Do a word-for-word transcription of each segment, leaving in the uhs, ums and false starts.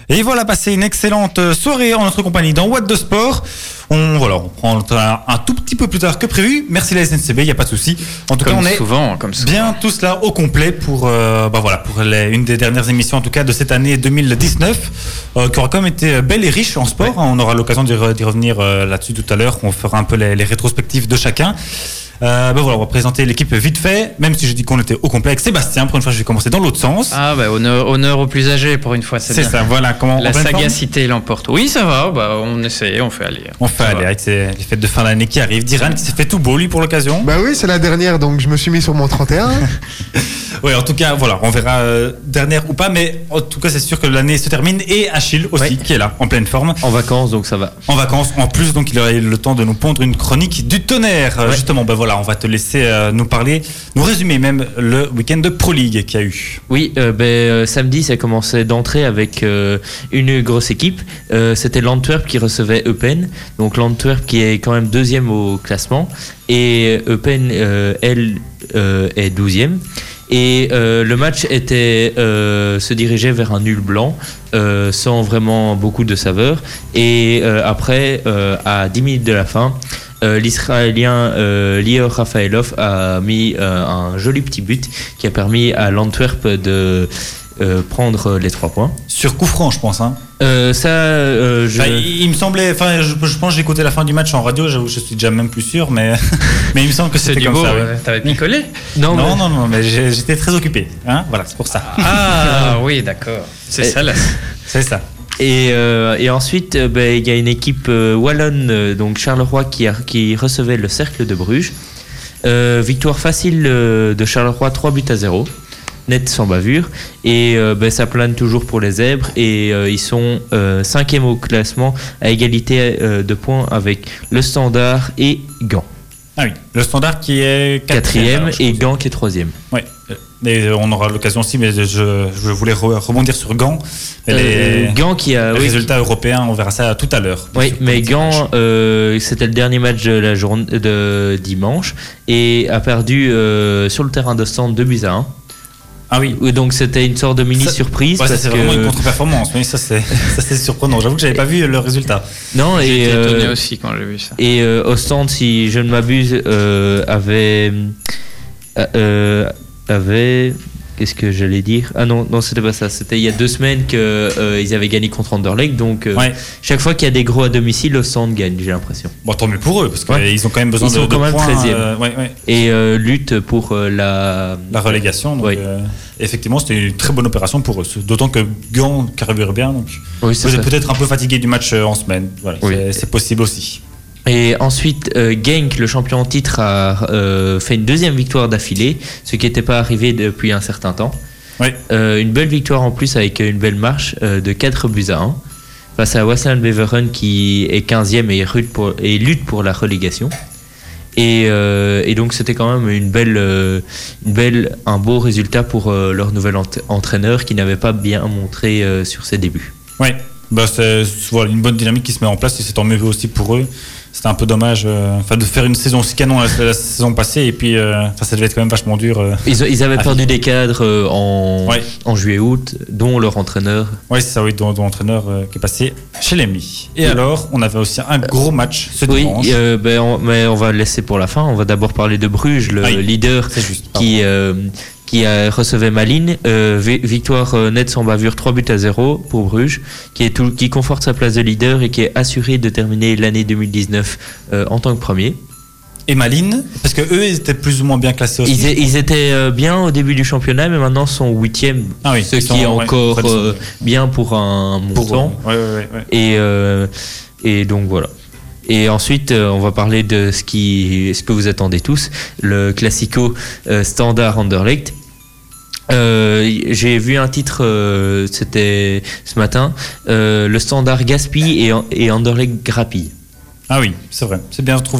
Et voilà, passé une excellente soirée en notre compagnie dans What the Sport. On, voilà, on prend un, un tout petit peu plus tard que prévu. Merci la S N C B, il n'y a pas de souci. En tout comme cas, on est souvent, comme souvent. bien tous là au complet pour, euh, bah voilà, pour les, une des dernières émissions en tout cas de cette année deux mille dix-neuf, euh, qui aura quand même été belle et riche en sport. Ouais. On aura l'occasion d'y, re, d'y revenir euh, là-dessus tout à l'heure. On fera un peu les, les rétrospectives de chacun. Euh, ben voilà, on va présenter l'équipe vite fait, même si je dis qu'on était au complet avec Sébastien. Pour une fois, je vais commencer dans l'autre sens. Ah, bah, honneur, honneur aux plus âgés pour une fois, c'est, c'est bien. ça, voilà. Comment, la sagacité l'emporte. Oui, ça va, bah, on essaie, on fait aller. On fait aller va. Avec ces, les fêtes de fin d'année qui arrivent. Diran qui s'est fait tout beau, lui, pour l'occasion. Bah oui, c'est la dernière, donc je me suis mis sur mon trente et un. Oui, en tout cas, voilà, on verra euh, dernière ou pas, mais en tout cas, c'est sûr que l'année se termine. Et Achille aussi, oui. qui est là, en pleine forme. En vacances, donc ça va. En vacances, en plus, donc il aura eu le temps de nous pondre une chronique du tonnerre. Ouais. Justement, ben voilà, on va te laisser euh, nous parler, nous résumer même le week-end de Pro League qu'il y a eu. Oui, euh, ben, euh, samedi, ça commençait d'entrée avec euh, une grosse équipe. Euh, c'était l'Antwerp qui recevait Eupen. Donc l'Antwerp qui est quand même deuxième au classement. Et Eupen, euh, elle, euh, est douzième. Et euh, le match était euh, se dirigeait vers un nul blanc euh, sans vraiment beaucoup de saveur. Et euh, après, euh, à dix minutes de la fin, euh, l'Israélien euh, Lior Rafaelov a mis euh, un joli petit but qui a permis à l'Antwerp de euh, prendre les trois points. Sur coup franc, je pense. Hein. Euh, ça, euh, je... enfin, il me semblait, enfin, je, je pense que j'ai écouté la fin du match en radio. J'avoue, je suis déjà même plus sûr, mais mais il me semble que c'était comme beau, ça. Ouais. Oui. T'avais picolé ? Non, non, mais... non, non, mais j'étais très occupé. Hein, voilà, c'est pour ça. Ah oui, d'accord. C'est et, ça là. C'est ça. Et, euh, et ensuite, il euh, ben, y a une équipe euh, wallonne, euh, donc Charleroi, qui, a, qui recevait le Cercle de Bruges. Euh, victoire facile euh, de Charleroi, trois buts à zéro. Net sans bavure, et euh, ben, ça plane toujours pour les Zèbres, et euh, ils sont euh, cinquième au classement à égalité euh, de points avec le Standard et Gand. Ah oui, le Standard qui est quatrième, quatrième et Gand qui est troisième. Oui, et on aura l'occasion aussi, mais je, je voulais rebondir sur Gand. Euh, les, Gand qui a les oui, résultats qui... européens, on verra ça tout à l'heure. Oui, mais Gand, euh, c'était le dernier match de la journée de dimanche et a perdu euh, sur le terrain de Stand deux buts à un. Ah oui. Donc c'était une sorte de mini ça, surprise. Ouais, parce ça, c'est que... vraiment une contre-performance. Oui, ça c'est, ça c'est surprenant. J'avoue que j'avais pas vu le résultat. Non, j'ai et été étonné euh, aussi quand j'ai vu ça. Et euh, Ostende, si je ne m'abuse, euh, avait euh, avait qu'est-ce que j'allais dire ? Ah non, non, c'était pas ça. C'était il y a deux semaines qu'ils euh, avaient gagné contre Anderlecht. Donc, euh, ouais. chaque fois qu'il y a des gros à domicile, Ostende gagne, j'ai l'impression. Bon, tant mieux pour eux, parce qu'ils ouais. ont quand même besoin Ils de, sont de quand même points. treizième. Euh, ouais, ouais. Et euh, lutte pour euh, la... la relégation. Donc, ouais. euh, effectivement, c'était une très bonne opération pour eux. D'autant que Gand carbure bien. Donc, oui, vous êtes peut-être un peu fatigué du match en semaine. Voilà, oui. c'est, c'est possible aussi. Et ensuite, euh, Genk, le champion en titre, a euh, fait une deuxième victoire d'affilée, ce qui n'était pas arrivé depuis un certain temps. Oui. Euh, une belle victoire en plus avec une belle marche euh, de quatre buts à un face à Waasland Beveren qui est quinzième et, pour, et lutte pour la relégation. Et, euh, et donc c'était quand même une belle, euh, une belle, un beau résultat pour euh, leur nouvel ent- entraîneur qui n'avait pas bien montré euh, sur ses débuts. Oui, bah c'est voilà, une bonne dynamique qui se met en place et c'est tant mieux aussi pour eux. C'était un peu dommage euh, de faire une saison aussi canon la, la saison passée et puis euh, ça devait être quand même vachement dur. Euh, ils, ils avaient perdu des cadres euh, en, ouais. en juillet-août, dont leur entraîneur. Oui, c'est ça, oui, dont, dont l'entraîneur euh, qui est passé chez l'Emi. Et oui. alors, on avait aussi un gros match ce oui, dimanche. Euh, ben on, mais on va le laisser pour la fin. On va d'abord parler de Bruges, le oui, leader juste, qui... Euh, qui a recevait Malines, euh, victoire euh, nette sans bavure, trois buts à zéro pour Bruges, qui, est tout, qui conforte sa place de leader et qui est assuré de terminer l'année deux mille dix-neuf euh, en tant que premier. Et Malines, parce que eux ils étaient plus ou moins bien classés aussi. Ils, ils étaient euh, bien au début du championnat, mais maintenant sont huitième, ah oui, ce qui sont, est encore ouais, euh, bien pour un montant. Pour, ouais, ouais, ouais. Et, euh, et donc voilà. Et ensuite, euh, on va parler de ce, qui, ce que vous attendez tous, le classico euh, Standard Anderlecht. Euh, j'ai vu un titre, euh, c'était ce matin, euh, le Standard gaspille et, et Anderlecht grappille. Ah oui, c'est vrai, c'est bien trouvé.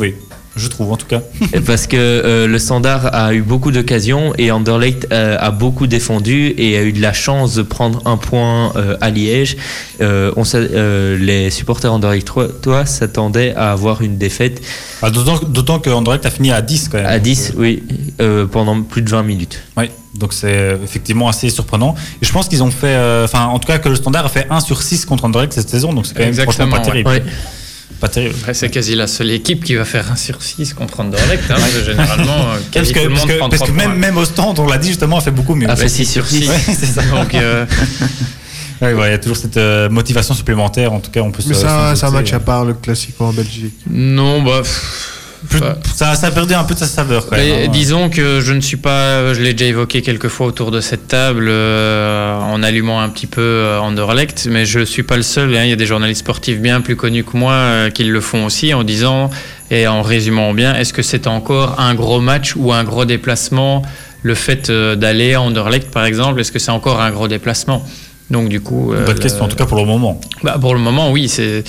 je trouve en tout cas. Parce que euh, le Standard a eu beaucoup d'occasions et Anderlecht euh, a beaucoup défendu et a eu de la chance de prendre un point euh, à Liège. Euh, on, euh, les supporters anderlechtois s'attendaient à avoir une défaite. Ah, d'autant, d'autant que Anderlecht a fini à dix quand même. À dix, donc, oui, euh, pendant plus de vingt minutes. Oui, donc c'est effectivement assez surprenant. Et je pense qu'ils ont fait, enfin euh, en tout cas que le Standard a fait un sur six contre Anderlecht cette saison, donc c'est quand même Exactement, franchement pas terrible. Ouais. Pas terrible. Après, c'est quasi la seule équipe qui va faire un sur six contre Anderlecht. Hein, parce que généralement, euh, Parce quasi que, tout le parce monde que, prend parce trois que même, points. même au stand, on l'a dit justement, a fait beaucoup mieux. A fait Ouais, six sur six. ouais, c'est ça. Donc, euh, Ouais, ouais, il y a toujours cette euh, motivation supplémentaire, en tout cas on peut Mais se... ça, s'en c'est un douter. match à part, le Classico en Belgique. non, bah. pff, Plus- bah, ça, ça a perdu un peu de sa saveur quand Mais même. hein. disons que je ne suis pas, je l'ai déjà évoqué quelques fois autour de cette table euh, en allumant un petit peu euh, Anderlecht, mais je ne suis pas le seul. Hein, il y a des journalistes sportifs bien plus connus que moi euh, qui le font aussi en disant et en résumant bien, est-ce que c'est encore un gros match ou un gros déplacement? Le fait euh, d'aller à Anderlecht par exemple, est-ce que c'est encore un gros déplacement? Donc du coup, euh, Bonne le- question, en tout cas pour le moment. bah, pour le moment, oui, c'est.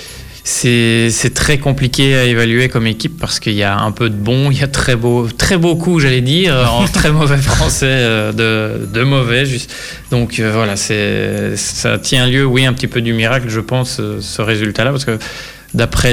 C'est, c'est très compliqué à évaluer comme équipe parce qu'il y a un peu de bon, il y a très beau, très beau coups, j'allais dire, en très mauvais français, euh, de, de mauvais. Juste. Donc euh, voilà, c'est, ça tient lieu, oui, un petit peu du miracle, je pense, euh, ce résultat-là, parce que d'après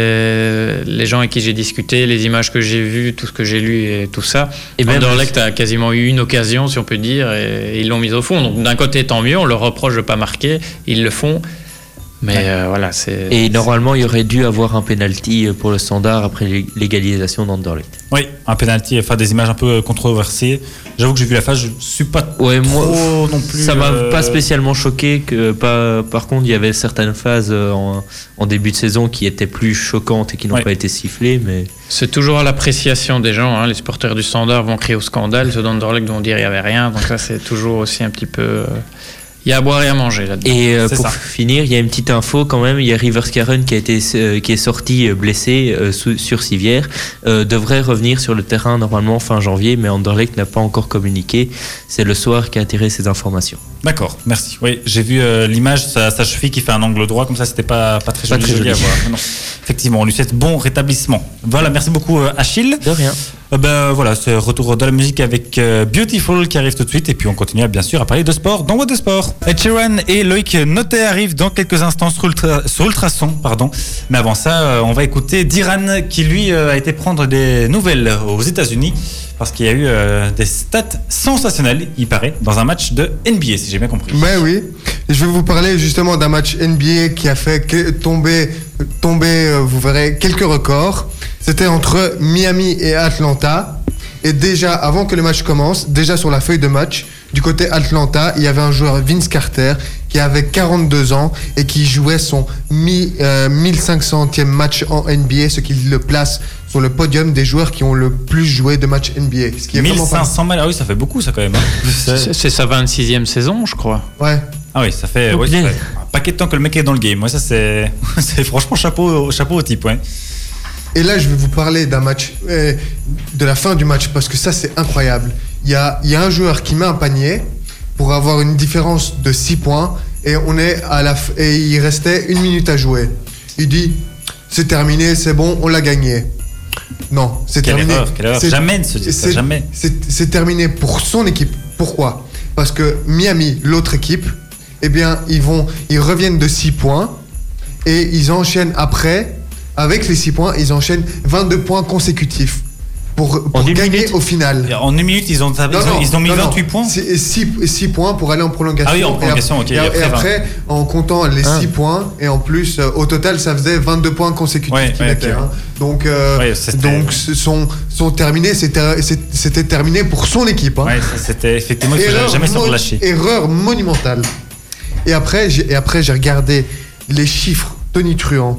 les, les gens avec qui j'ai discuté, les images que j'ai vues, tout ce que j'ai lu et tout ça, Et même- Anderlecht a quasiment eu une occasion, si on peut dire, et ils l'ont mise au fond. Donc d'un côté, tant mieux, on leur reproche de ne pas marquer, ils le font. Mais Ouais. euh, voilà, c'est. Et normalement, il y aurait dû avoir un penalty pour le Standard après l'é- l'égalisation d'Anderlecht. Oui, un penalty, enfin des images un peu controversées. J'avoue que j'ai vu la phase, je suis pas Ouais, moi, trop non plus. ça m'a euh, pas spécialement choqué. Que, pas, par contre, il y avait certaines phases euh, en, en début de saison qui étaient plus choquantes et qui n'ont Ouais. pas été sifflées. Mais C'est toujours à l'appréciation des gens. Hein. Les supporters du Standard vont crier au scandale, ceux d'Anderlecht vont dire il n'y avait rien. Donc ça, c'est toujours aussi un petit peu. euh, Il y a à boire et à manger là-dedans. Et euh, C'est pour ça. finir, il y a une petite info quand même. Il y a Rivers Karen qui a été euh, qui est sorti euh, blessé euh, sous- sur civière, euh, devrait revenir sur le terrain normalement fin janvier, mais Anderlecht n'a pas encore communiqué. C'est le soir qui a attiré ces informations. D'accord, merci. Oui, j'ai vu euh, l'image, sa, sa cheville qui fait un angle droit, comme ça, c'était pas, pas très Pas joli, très joli à joli. voir. Non. Effectivement, on lui souhaite bon rétablissement. Voilà, merci beaucoup euh, Achille. De rien. Euh, ben voilà, c'est retour de la musique avec euh, Beautiful qui arrive tout de suite, et puis on continue à, bien sûr à parler de sport dans What de Sport. Ed Sheeran et Loïc Notet arrivent dans quelques instants sur, Ultra, sur Ultrason, pardon. Mais avant ça, euh, on va écouter Diran qui lui euh, a été prendre des nouvelles aux États-Unis. Parce qu'il y a eu euh, des stats sensationnelles, il paraît, dans un match de N B A, si j'ai bien compris. Ouais, oui. Et je vais vous parler justement d'un match N B A qui a fait que- tomber, tomber, euh, vous verrez, quelques records. C'était entre Miami et Atlanta. Et déjà, avant que le match commence, déjà sur la feuille de match, du côté Atlanta, il y avait un joueur, Vince Carter, qui avait quarante-deux ans et qui jouait son mi- euh, mille cinq centième match en N B A, ce qui le place sur le podium des joueurs qui ont le plus joué de matchs N B A. Ce qui est vraiment pas mille cinq cents balles, ah oui, ça fait beaucoup ça quand même. Hein. C'est, c'est sa vingt-sixième saison, je crois. Ouais. Ah oui, ça fait, Oh, ouais, ça punaise. fait un paquet de temps que le mec est dans le game. Moi, ça c'est, c'est franchement chapeau, chapeau au type, ouais. Et là, je vais vous parler d'un match, euh, de la fin du match, parce que ça, c'est incroyable. Il y a, il y a un joueur qui met un panier pour avoir une différence de six points, et, on est à la f- et il restait une minute à jouer. Il dit, c'est terminé, c'est bon, on l'a gagné. Non, c'est Quelle terminé. erreur, quelle erreur. C'est- Jamais de se dire ça, c'est- jamais. C'est c'est terminé pour son équipe. Pourquoi? Parce que Miami, l'autre équipe, eh bien, ils, vont, ils reviennent de six points, et ils enchaînent après, avec les six points, ils enchaînent vingt-deux points consécutifs pour, pour une gagner minute au final. Et en une minute, ils ont, ils ont, ils ont mis non, non. vingt-huit points. C'est six points pour aller en prolongation. Ah oui, en prolongation, ok, Et, ap- et et après après, en comptant les Ah. six points, et en plus, euh, au total, ça faisait vingt-deux points consécutifs Ouais, qu'il ouais, mettait, ok. hein. Donc, euh, Ouais, c'était- donc ce sont, sont terminés, c'était c'était terminé pour son équipe. Hein. Ouais, ça, c'était effectivement, il faut Erreur jamais se mo- relâcher. Erreur monumentale. Et après, j'ai, et après, j'ai regardé les chiffres tonitruants,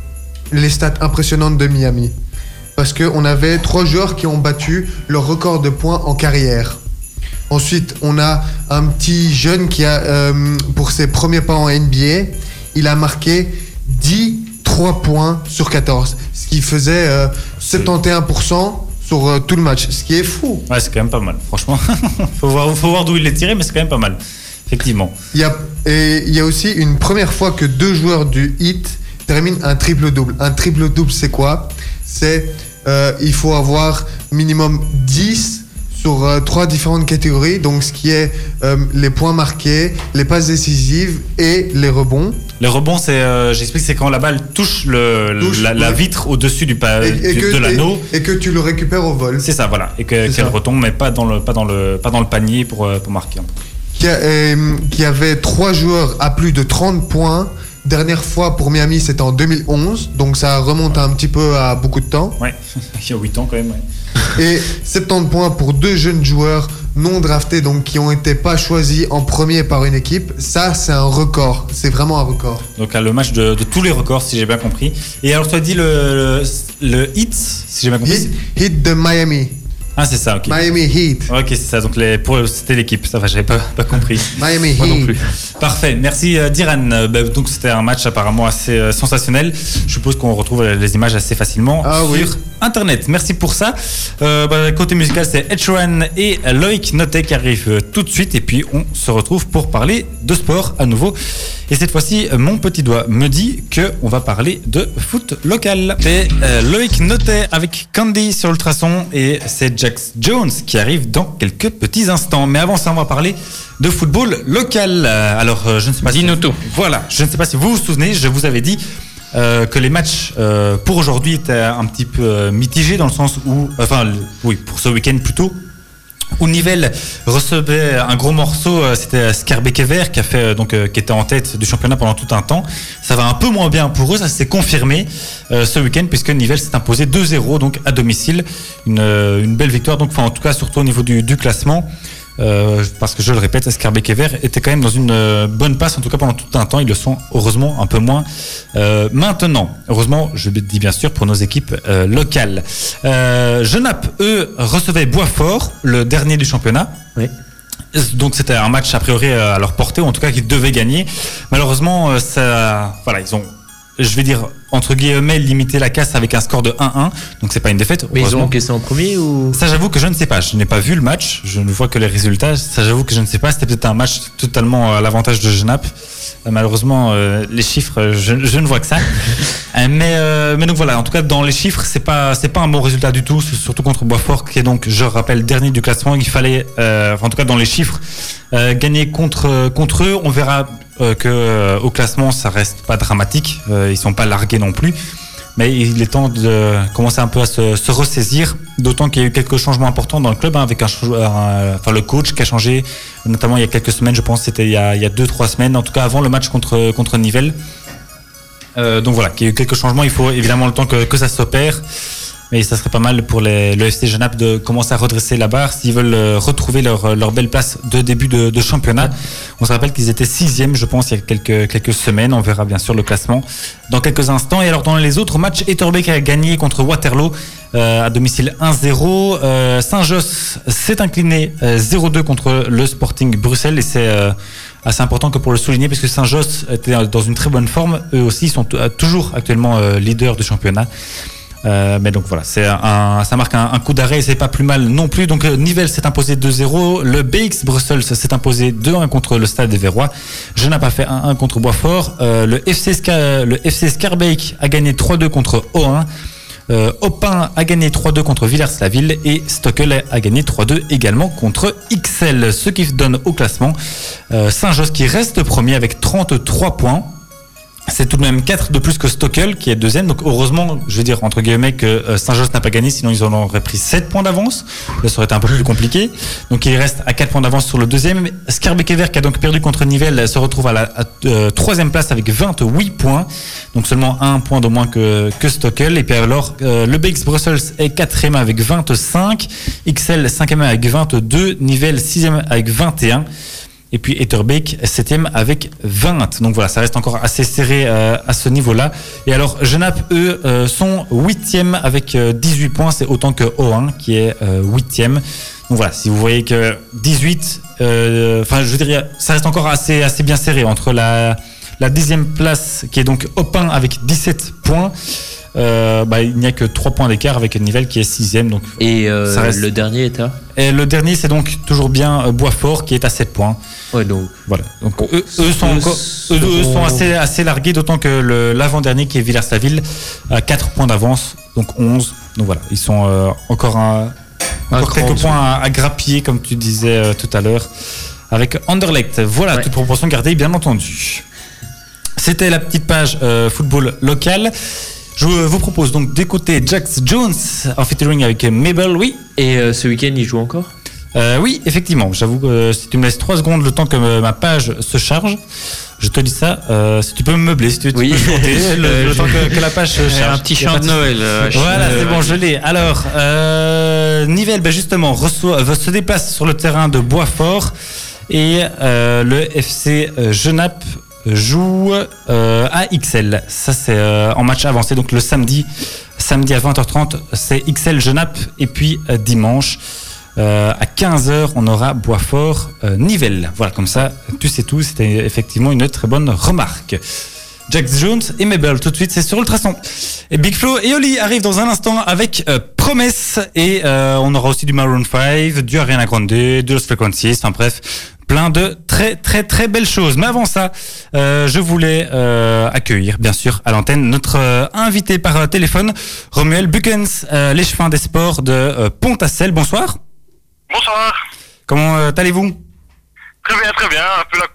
les stats impressionnantes de Miami. Parce qu'on avait trois joueurs qui ont battu leur record de points en carrière. Ensuite, on a un petit jeune qui a, euh, pour ses premiers pas en N B A, il a marqué dix trois points sur quatorze. Ce qui faisait euh, soixante et onze pour cent sur euh, tout le match. Ce qui est fou. Ouais, c'est quand même pas mal, franchement. faut voir, faut voir d'où il est tiré, mais c'est quand même pas mal. Effectivement. Il y a, et il y a aussi une première fois que deux joueurs du Heat terminent un triple-double. Un triple-double, c'est quoi? C'est euh, il faut avoir minimum dix sur euh, trois différentes catégories, donc ce qui est euh, les points marqués, les passes décisives et les rebonds. Les rebonds, c'est, euh, j'explique, c'est quand la balle touche, le, Touche, la, la oui. vitre au-dessus du, pa- Et, et du- que, de l'anneau. et, et que tu le récupères au vol. C'est ça, voilà, et que, C'est qu'elle ça. retombe, mais pas dans le, pas dans le, pas dans le panier pour, euh, pour marquer. Qui, a, euh, qui avait trois joueurs à plus de trente points. Dernière fois pour Miami, c'était en deux mille onze, donc ça remonte un petit peu à beaucoup de temps. Ouais, il y a huit ans quand même. Ouais. Et soixante-dix points pour deux jeunes joueurs non draftés, donc qui ont été pas choisis en premier par une équipe. Ça, c'est un record. C'est vraiment un record. Donc là, le match de, de tous les records, si j'ai bien compris. Et alors, tu as dit le, le, le hit, si j'ai bien compris. Hit, hit de Miami. Ah, c'est ça, ok. Miami Heat. Ok, c'est ça. Donc les, pour, c'était l'équipe. Ça va, j'avais pas, pas compris. Miami Moi non Heat. plus. Parfait. Merci euh, Diran. Euh, bah, donc c'était un match apparemment assez euh, sensationnel. Je suppose qu'on retrouve euh, les images assez facilement Ah, sur oui. Internet. Merci pour ça. Euh, bah, côté musical, c'est Ed Sheeran et Loïc Notet qui arrivent euh, tout de suite. Et puis on se retrouve pour parler de sport à nouveau. Et cette fois-ci, euh, mon petit doigt me dit que on va parler de foot local. C'est euh, Loïc Notet avec Candy sur Ultrason et c'est Jax Jones qui arrive dans quelques petits instants. Mais avant ça, on va parler de football local. Euh, Alors, euh, je ne sais pas. Dis-nous si... tout. Voilà, je ne sais pas si vous vous souvenez, je vous avais dit euh, que les matchs euh, pour aujourd'hui étaient un petit peu euh, mitigés dans le sens où, enfin, le- oui, pour ce week-end plutôt. Où Nivelles recevait un gros morceau, euh, c'était Scarbeck-Kever qui a fait euh, donc euh, qui était en tête du championnat pendant tout un temps. Ça va un peu moins bien pour eux, ça s'est confirmé euh, ce week-end puisque Nivelles s'est imposé deux zéro donc à domicile, une, euh, une belle victoire donc enfin en tout cas surtout au niveau du, du classement. Euh, parce que je le répète, Scarbeck-Kever était quand même dans une euh, bonne passe, en tout cas pendant tout un temps. Ils le sont heureusement un peu moins euh, maintenant. Heureusement, je dis bien sûr pour nos équipes euh, locales. Euh, Genappe, eux, recevaient Boisfort, le dernier du championnat. Oui. Donc c'était un match a priori à leur portée, ou en tout cas qu'ils devaient gagner. Malheureusement, euh, ça, voilà, ils ont, je vais dire entre guillemets, limité la casse avec un score de un un. Donc c'est pas une défaite. Mais ils heureusement. ont encaissé en premier ou Ça, j'avoue que je ne sais pas. Je n'ai pas vu le match. Je ne vois que les résultats. Ça, j'avoue que je ne sais pas. C'était peut-être un match totalement à l'avantage de Genappe. Euh, malheureusement, euh, les chiffres, je, je ne vois que ça. Euh, mais, euh, mais donc voilà. En tout cas, dans les chiffres, c'est pas, c'est pas un bon résultat du tout. Surtout contre Boisfort, qui est donc, je rappelle, dernier du classement. Il fallait, euh, enfin, en tout cas, dans les chiffres, euh, gagner contre contre eux. On verra euh, que euh, au classement, ça reste pas dramatique. Euh, ils sont pas largués non plus. Mais il est temps de commencer un peu à se, se ressaisir, d'autant qu'il y a eu quelques changements importants dans le club, hein, avec un, un, enfin le coach qui a changé, notamment il y a quelques semaines, je pense, c'était il y a, il y a deux, trois semaines, en tout cas avant le match contre, contre Nivelles. Euh, donc voilà, qu'il y a eu quelques changements, il faut évidemment le temps que, que ça s'opère. Mais ça serait pas mal pour les, le F C Genappe de commencer à redresser la barre s'ils veulent euh, retrouver leur, leur belle place de début de, de championnat. On se rappelle qu'ils étaient sixième, je pense, il y a quelques, quelques semaines. On verra bien sûr le classement dans quelques instants. Et alors dans les autres matchs, Etterbeek a gagné contre Waterloo euh, à domicile un zéro. Euh, Saint-Josse s'est incliné euh, zéro deux contre le Sporting Bruxelles et c'est euh, assez important que pour le souligner parce que Saint-Josse était dans une très bonne forme. Eux aussi sont t- toujours actuellement euh, leaders du championnat. Euh, mais donc voilà, c'est un, ça marque un, un coup d'arrêt et c'est pas plus mal non plus. Donc euh, Nivelles s'est imposé deux zéro, le B X Brussels s'est imposé deux un contre le Stade des Verrois. Genappe a fait un un contre Boisfort. Euh, le F C Ska, le F C Scarbeck a gagné trois deux contre O un. Euh, Opin a gagné trois deux contre Villers-la-Ville et Stockel a gagné trois deux également contre X L. Ce qui donne au classement euh, Saint-Josse qui reste premier avec trente-trois points. C'est tout de même quatre de plus que Stockel qui est deuxième. Donc heureusement, je veux dire entre guillemets que Saint-Josse n'a pas gagné, sinon ils en auraient pris sept points d'avance. Là, ça aurait été un peu plus compliqué. Donc il reste à quatre points d'avance sur le deuxième. Scarbeck-Kever qui a donc perdu contre Nivelles se retrouve à la à, euh, troisième place avec vingt-huit points. Donc seulement un point de moins que, que Stockel. Et puis alors euh, le B X Brussels est quatrième avec vingt-cinq. X L cinquième avec vingt-deux. Nivelles sixième avec vingt et un. Et puis Etterbeek, septième avec vingt. Donc voilà, ça reste encore assez serré euh, à ce niveau-là. Et alors, Genappe, eux, euh, sont huitième avec euh, dix-huit points. C'est autant que O un qui est euh, huitième. Donc voilà, si vous voyez que dix-huit, enfin, euh, je veux dire, ça reste encore assez, assez bien serré entre la, la dixième place qui est donc Opin avec dix-sept points. euh, bah, il n'y a que trois points d'écart avec Nivelles qui est sixième. Donc, Et euh, ça reste... le dernier est à Et le dernier, c'est donc toujours bien euh, Boisfort qui est à sept points. Ouais, donc. Voilà. Donc, Bon, eux, eux sont, eux encore, eux, eux sont assez, assez largués, d'autant que le, l'avant-dernier qui est Villers-la-Ville a quatre points d'avance, donc onze. Donc voilà, ils sont euh, encore, un, encore quelques points à, à grappiller, comme tu disais euh, tout à l'heure, avec Anderlecht. Voilà, ouais. Toute proportion gardée, bien entendu. C'était la petite page euh, football local. Je vous propose donc d'écouter Jax Jones en featuring avec Mabel, oui. Et euh, ce week-end, il joue encore euh, Oui, effectivement. J'avoue que euh, si tu me laisses trois secondes le temps que euh, ma page se charge, je te dis ça. Euh, si tu peux me meubler, si tu, oui. tu peux chanter le, le temps que, que la page se charge. Un petit chant de Noël. Euh, voilà, c'est bon, je l'ai. Alors, euh, Nivelles, ben justement, reçoit, se déplace sur le terrain de Boisfort et euh, le F C Genappe joue euh, à X L. Ça, c'est euh, en match avancé. Donc, le samedi, samedi à vingt heures trente, c'est X L Genappe. Et puis, euh, dimanche, euh, à quinze heures, on aura Boisfort euh, Nivelles. Voilà, comme ça, tu sais tout. C'était effectivement une très bonne remarque. Jax Jones et Mabel, tout de suite, c'est sur Ultrason. Et Big Flo et Oli arrivent dans un instant avec euh, Promesse. Et euh, on aura aussi du Maroon cinq, du Ariana Grande, de Los Frequencies, enfin bref, plein de très très très belles choses. Mais avant ça, euh, je voulais euh, accueillir, bien sûr, à l'antenne, notre euh, invité par euh, téléphone, Romuald Buckens, euh, l'échevin des sports de euh, Pont-à-Celle. Bonsoir. Bonsoir. Comment euh, allez-vous? Très bien, très bien. Un peu la...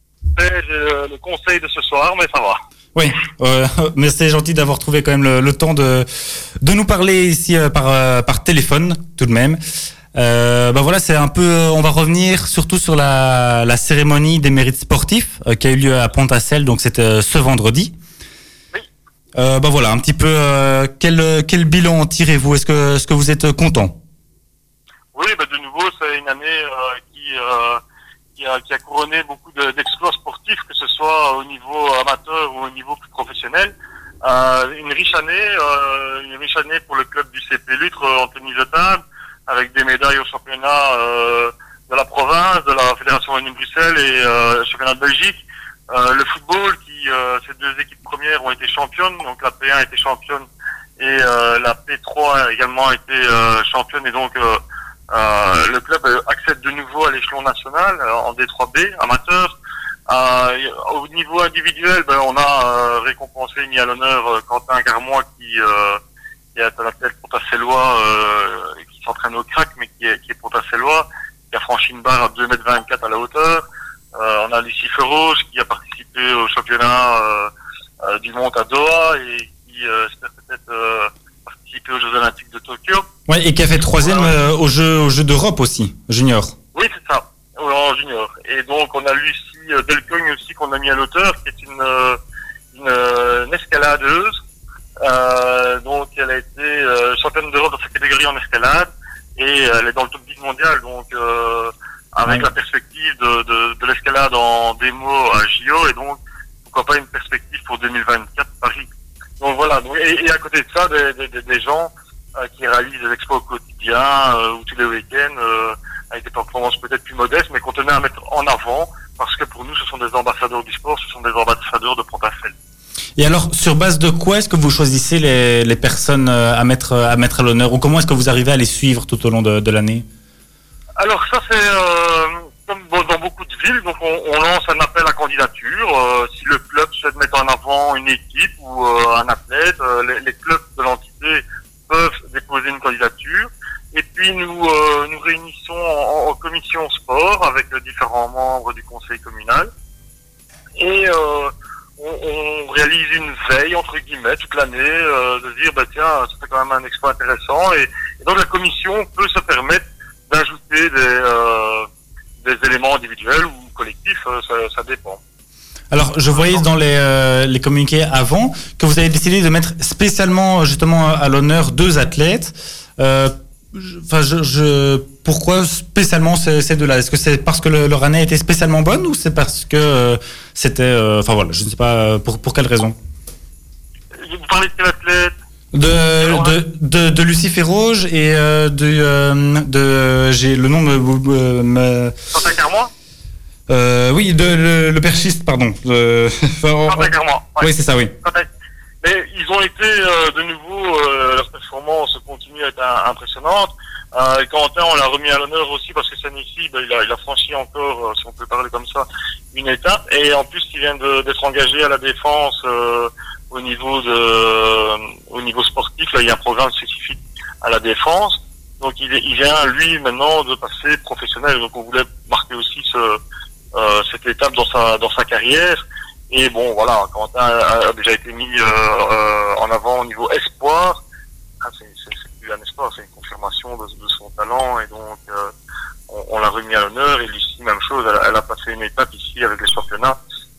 J'ai le conseil de ce soir, mais ça va. Oui, euh, mais c'est gentil d'avoir trouvé quand même le, le temps de de nous parler ici euh, par euh, par téléphone, tout de même. Euh, ben voilà, c'est un peu. On va revenir surtout sur la la cérémonie des mérites sportifs euh, qui a eu lieu à Pont-à-Celle, donc c'était euh, ce vendredi. Oui. Euh, ben voilà, un petit peu euh, quel quel bilan tirez-vous? Est-ce que est-ce que vous êtes content? Oui, ben de nouveau, c'est une année euh, qui euh, qui a, qui a couronné beaucoup de, d'exploits sportifs, que ce soit au niveau amateur ou au niveau plus professionnel. Euh, une riche année, euh, une riche année pour le club du C P Lutre en tennis de table, avec des médailles au championnat euh, de la province, de la Fédération Wallonie-Bruxelles et euh, championnat de Belgique. Euh, le football, qui euh, ces deux équipes premières ont été championnes, donc la P un était championne et euh, la P trois a également été euh, championne, et donc euh, euh, le club accède de nouveau à l'échelon national euh, en D trois B amateur. Euh, au niveau individuel, ben, on a euh, récompensé, mis à l'honneur euh, Quentin Garmois qui euh, qui est un athlète Pont-à-Cellois euh, qui s'entraîne au crack, mais qui est, qui est Pont-à-Cellois, qui a franchi une barre à deux mètres vingt-quatre à la hauteur. Euh, on a Lucie Feroge qui a participé au championnat euh, euh, du monde à Doha et qui euh, espère peut-être euh, participer aux Jeux Olympiques de Tokyo. Ouais, et qui a fait troisième euh, aux Jeux aux Jeux d'Europe aussi, junior. Oui, c'est ça, en junior. Et donc on a Lucie euh, Delcogne aussi qu'on a mis à l'auteur, qui est une, euh, une, euh, une escaladeuse. Euh, donc elle a été euh, championne d'Europe dans sa catégorie en escalade et euh, elle est dans le top dix mondial, donc euh, avec ouais. la perspective de, de, de l'escalade en démo à J O, et donc pourquoi pas une perspective pour deux mille vingt-quatre Paris. Donc voilà, donc, et, et à côté de ça, des, des, des gens euh, qui réalisent des exploits au quotidien euh, ou tous les week-ends euh, avec des performances peut-être plus modestes, mais qu'on tenait à mettre en avant parce que pour nous ce sont des ambassadeurs du sport, ce sont des ambassadeurs de Pont-à-Celle. Et alors, sur base de quoi est-ce que vous choisissez les, les personnes à mettre, à mettre à l'honneur, ou comment est-ce que vous arrivez à les suivre tout au long de, de l'année? Alors ça, c'est euh, comme dans beaucoup de villes, donc on, on lance un appel à candidature. Euh, si le club souhaite mettre en avant une équipe ou euh, un athlète, euh, les, les clubs de l'entité peuvent déposer une candidature. Et puis nous euh, nous réunissons en, en commission sport avec euh, différents membres du conseil communal. Et euh, On, on réalise une veille, entre guillemets, toute l'année, euh, de se dire, bah tiens, c'est quand même un exploit intéressant. Et, et donc la commission peut se permettre d'ajouter des, euh, des éléments individuels ou collectifs, euh, ça, ça dépend. Alors, je voyais dans les, euh, les communiqués avant que vous avez décidé de mettre spécialement, justement, à l'honneur deux athlètes. Euh, Enfin, je, je, pourquoi spécialement ces, ces deux-là? Est-ce que c'est parce que le, leur année était spécialement bonne, ou c'est parce que euh, c'était, euh, enfin voilà, je ne sais pas pour pour quelle raison. Vous parlez de quel athlète? De de de, de Lucie Feroge et euh, de euh, de j'ai le nom me. me Quentin Garmois. Euh, oui, de le, le perchiste, pardon. De, Quentin Garmois. Ouais. Oui, c'est ça, oui. Mais ils ont été euh, de nouveau, euh, leur performance continue à être euh, impressionnante. Euh, Quentin, on l'a remis à l'honneur aussi parce que Sanissi, ben, il, a, il a franchi encore, euh, si on peut parler comme ça, une étape. Et en plus, il vient de, d'être engagé à la défense euh, au niveau de, euh, au niveau sportif. Là, il y a un programme spécifique à la défense. Donc, il, il vient lui maintenant de passer professionnel. Donc, on voulait marquer aussi ce, euh, cette étape dans sa dans sa carrière. Et bon, voilà, Quentin a, a déjà été mis euh, euh, en avant au niveau espoir. Ah, c'est, c'est, c'est plus un espoir, c'est une confirmation de, de son talent, et donc euh, on, on l'a remis à l'honneur. Et Lucie, même chose, elle, elle a passé une étape ici avec les championnats,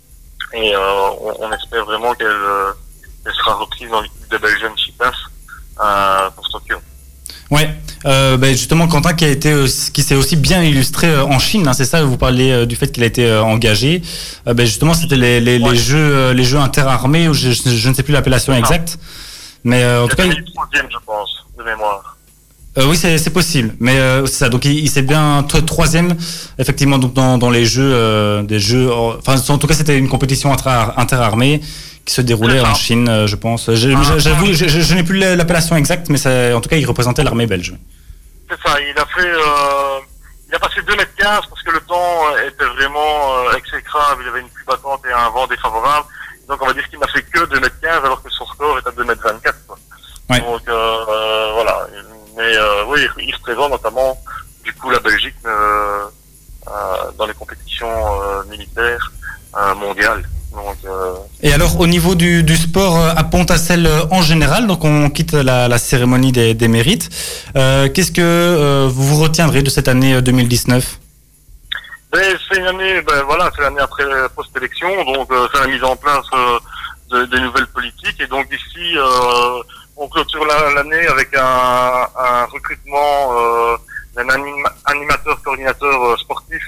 et euh, on, on espère vraiment qu'elle, euh, qu'elle sera reprise dans l'équipe des Belgian Cheetahs euh, pour Tokyo. Ouais, euh, ben justement Quentin qui a été, euh, qui s'est aussi bien illustré euh, en Chine, hein, c'est ça. Vous parlez euh, du fait qu'il a été euh, engagé. Euh, ben justement, c'était les les, ouais. les jeux euh, les jeux interarmés, ou je, je, je ne sais plus l'appellation exacte. Mais euh, en tout cas, il est troisième, je pense, de mémoire. Euh, oui, c'est, c'est possible, mais euh, c'est ça. Donc, il, il s'est bien t- troisième, effectivement, donc dans, dans les jeux, euh, des jeux. Enfin, en tout cas, c'était une compétition inter- interarmée qui se déroulait en Chine, euh, je pense. Je, ah, j'avoue, je, je, je n'ai plus l'appellation exacte, mais c'est, en tout cas, il représentait l'armée belge. C'est ça. Il a fait, euh, il a passé deux mètres quinze parce que le temps était vraiment euh, exécrable. Il y avait une pluie battante et un vent défavorable. Donc, on va dire qu'il n'a fait que deux mètres quinze alors que son score est à deux mètres vingt-quatre. Quoi. Ouais. Donc, euh, euh, voilà. Mais euh, oui, il représente notamment du coup la Belgique euh, euh, dans les compétitions euh, militaires euh, mondiales. Donc, euh... Et alors au niveau du, du sport à Pont-à-Celle en général, donc on quitte la, la cérémonie des, des mérites. Euh, qu'est-ce que euh, vous retiendrez de cette année deux mille dix-neuf? Ben, c'est une année, ben voilà, c'est l'année après post-élection, donc euh, c'est la mise en place euh, de, de nouvelles politiques, et donc ici. Euh, On clôture l'année avec un, un recrutement euh, d'un anima, animateur coordinateur euh, sportif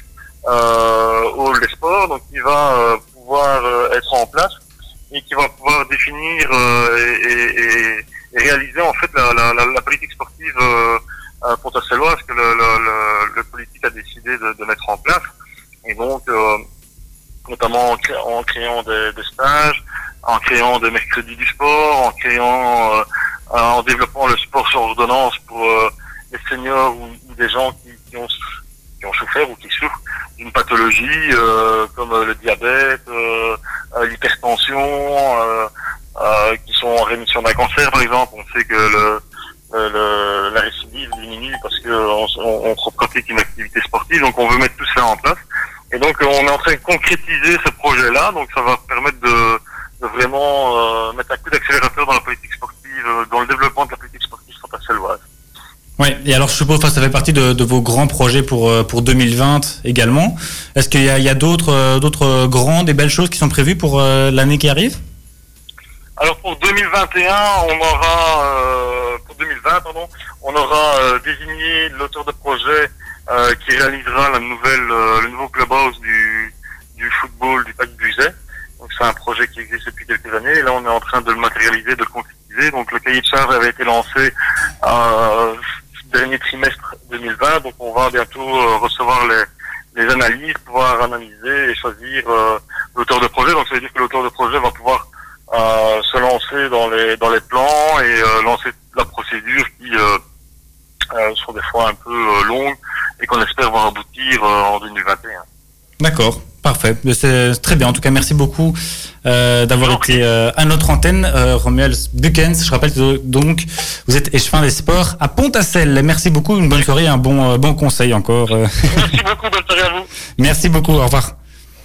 euh, au Les Sports, donc qui va euh, pouvoir euh, être en place et qui va pouvoir définir euh, et, et, et réaliser en fait la, la, la, la politique sportive euh, euh, pont-à-celloise que le, le, le, le politique a décidé de, de mettre en place, et donc euh, notamment en, cré, en créant des, des stages, en créant des mercredis du sport, en créant, euh, en développant le sport sur ordonnance pour euh, les seniors ou, ou des gens qui, qui, ont, qui ont souffert ou qui souffrent d'une pathologie euh, comme le diabète, euh, l'hypertension, euh, euh, qui sont en rémission d'un cancer par exemple. On sait que le, le, la récidive diminue parce qu'on on, on pratique une activité sportive, donc on veut mettre tout ça en place. Et donc on est en train de concrétiser ce projet-là, donc ça va permettre de de vraiment euh, mettre un coup d'accélérateur dans la politique sportive, euh, dans le développement de la politique sportive pont-à-celloise. Oui, et alors je suppose que ça fait partie de, de vos grands projets pour, pour deux mille vingt également. Est-ce qu'il y a, il y a d'autres, d'autres grandes et belles choses qui sont prévues pour euh, l'année qui arrive? Alors pour deux mille vingt et un, on aura, euh, pour deux mille vingt, pardon, on aura euh, désigné l'auteur de projet euh, qui réalisera la nouvelle, euh, le nouveau clubhouse du, du football du Pac Buzet. Donc c'est un projet qui existe depuis quelques années, et là on est en train de le matérialiser, de le concrétiser. Donc le cahier de charge avait été lancé euh, dernier trimestre deux mille vingt, donc on va bientôt euh, recevoir les, les analyses, pouvoir analyser et choisir euh, l'auteur de projet. Donc ça veut dire que l'auteur de projet va pouvoir euh, se lancer dans les dans les plans et euh, lancer la procédure qui euh, euh, sont des fois un peu euh, longues et qu'on espère voir aboutir euh, en deux mille vingt et un. D'accord. Parfait, c'est très bien. En tout cas, merci beaucoup euh, d'avoir okay. été euh, à notre antenne, euh, Romuald Bukens. Je rappelle que donc vous êtes échevin des sports à Pont-à-Celle. Merci beaucoup, une bonne soirée, un bon euh, bon conseil encore. Merci beaucoup, bonne soirée à vous. Merci beaucoup, au revoir.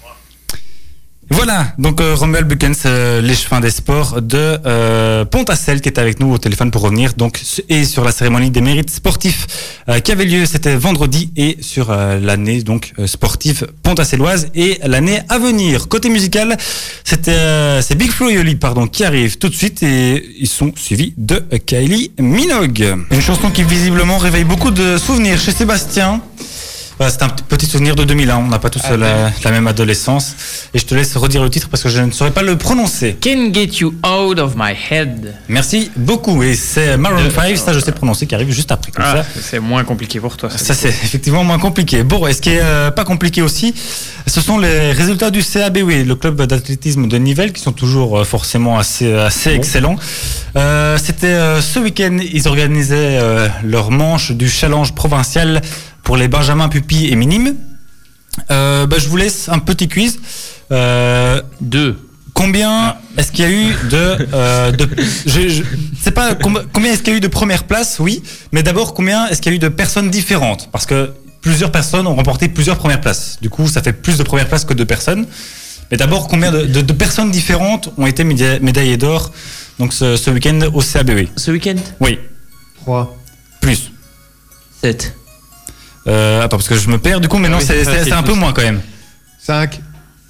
Voilà, donc euh, Romuald Bukens, euh, l'échevin des sports de euh, Pont-à-Celle, qui est avec nous au téléphone pour revenir donc et sur la cérémonie des mérites sportifs euh, qui avait lieu, c'était vendredi, et sur euh, l'année donc euh, sportive pont-à-celloise et l'année à venir. Côté musical, c'était euh, c'est Big Flo et Oli pardon qui arrivent tout de suite, et ils sont suivis de Kylie Minogue. Une chanson qui visiblement réveille beaucoup de souvenirs chez Sébastien. Voilà, c'est un petit souvenir de deux mille un. On n'a pas tous Ah, la, la même adolescence. Et je te laisse redire le titre parce que je ne saurais pas le prononcer. Can get you out of my head. Merci beaucoup. Et c'est Maroon Euh, five, ça je sais prononcer, qui arrive juste après. Comme Ah, ça. c'est moins compliqué pour toi. Ça, c'est effectivement moins compliqué. Bon, et ce qui est euh, pas compliqué aussi, ce sont les résultats du C A B W, le club d'athlétisme de Nivelles, qui sont toujours euh, forcément assez, assez excellents. Euh, C'était euh, ce week-end, ils organisaient euh, leur manche du challenge provincial pour les benjamins, pupilles et minimes. Euh, bah, je vous laisse un petit quiz. Euh, Deux. Combien est-ce qu'il y a eu de, euh, de je, je sais pas com- combien est-ce qu'il y a eu de premières places, oui, mais d'abord combien est-ce qu'il y a eu de personnes différentes, parce que plusieurs personnes ont remporté plusieurs premières places. Du coup, ça fait plus de premières places que de personnes. Mais d'abord, combien de, de, de personnes différentes ont été méda- médaillées d'or donc ce, ce week-end au C A B W? Ce week-end Oui, trois. plus. sept. Euh, attends, parce que je me perds. Du coup, maintenant Oui, c'est, ça, c'est, c'est c'est un plus. peu moins quand même. cinq.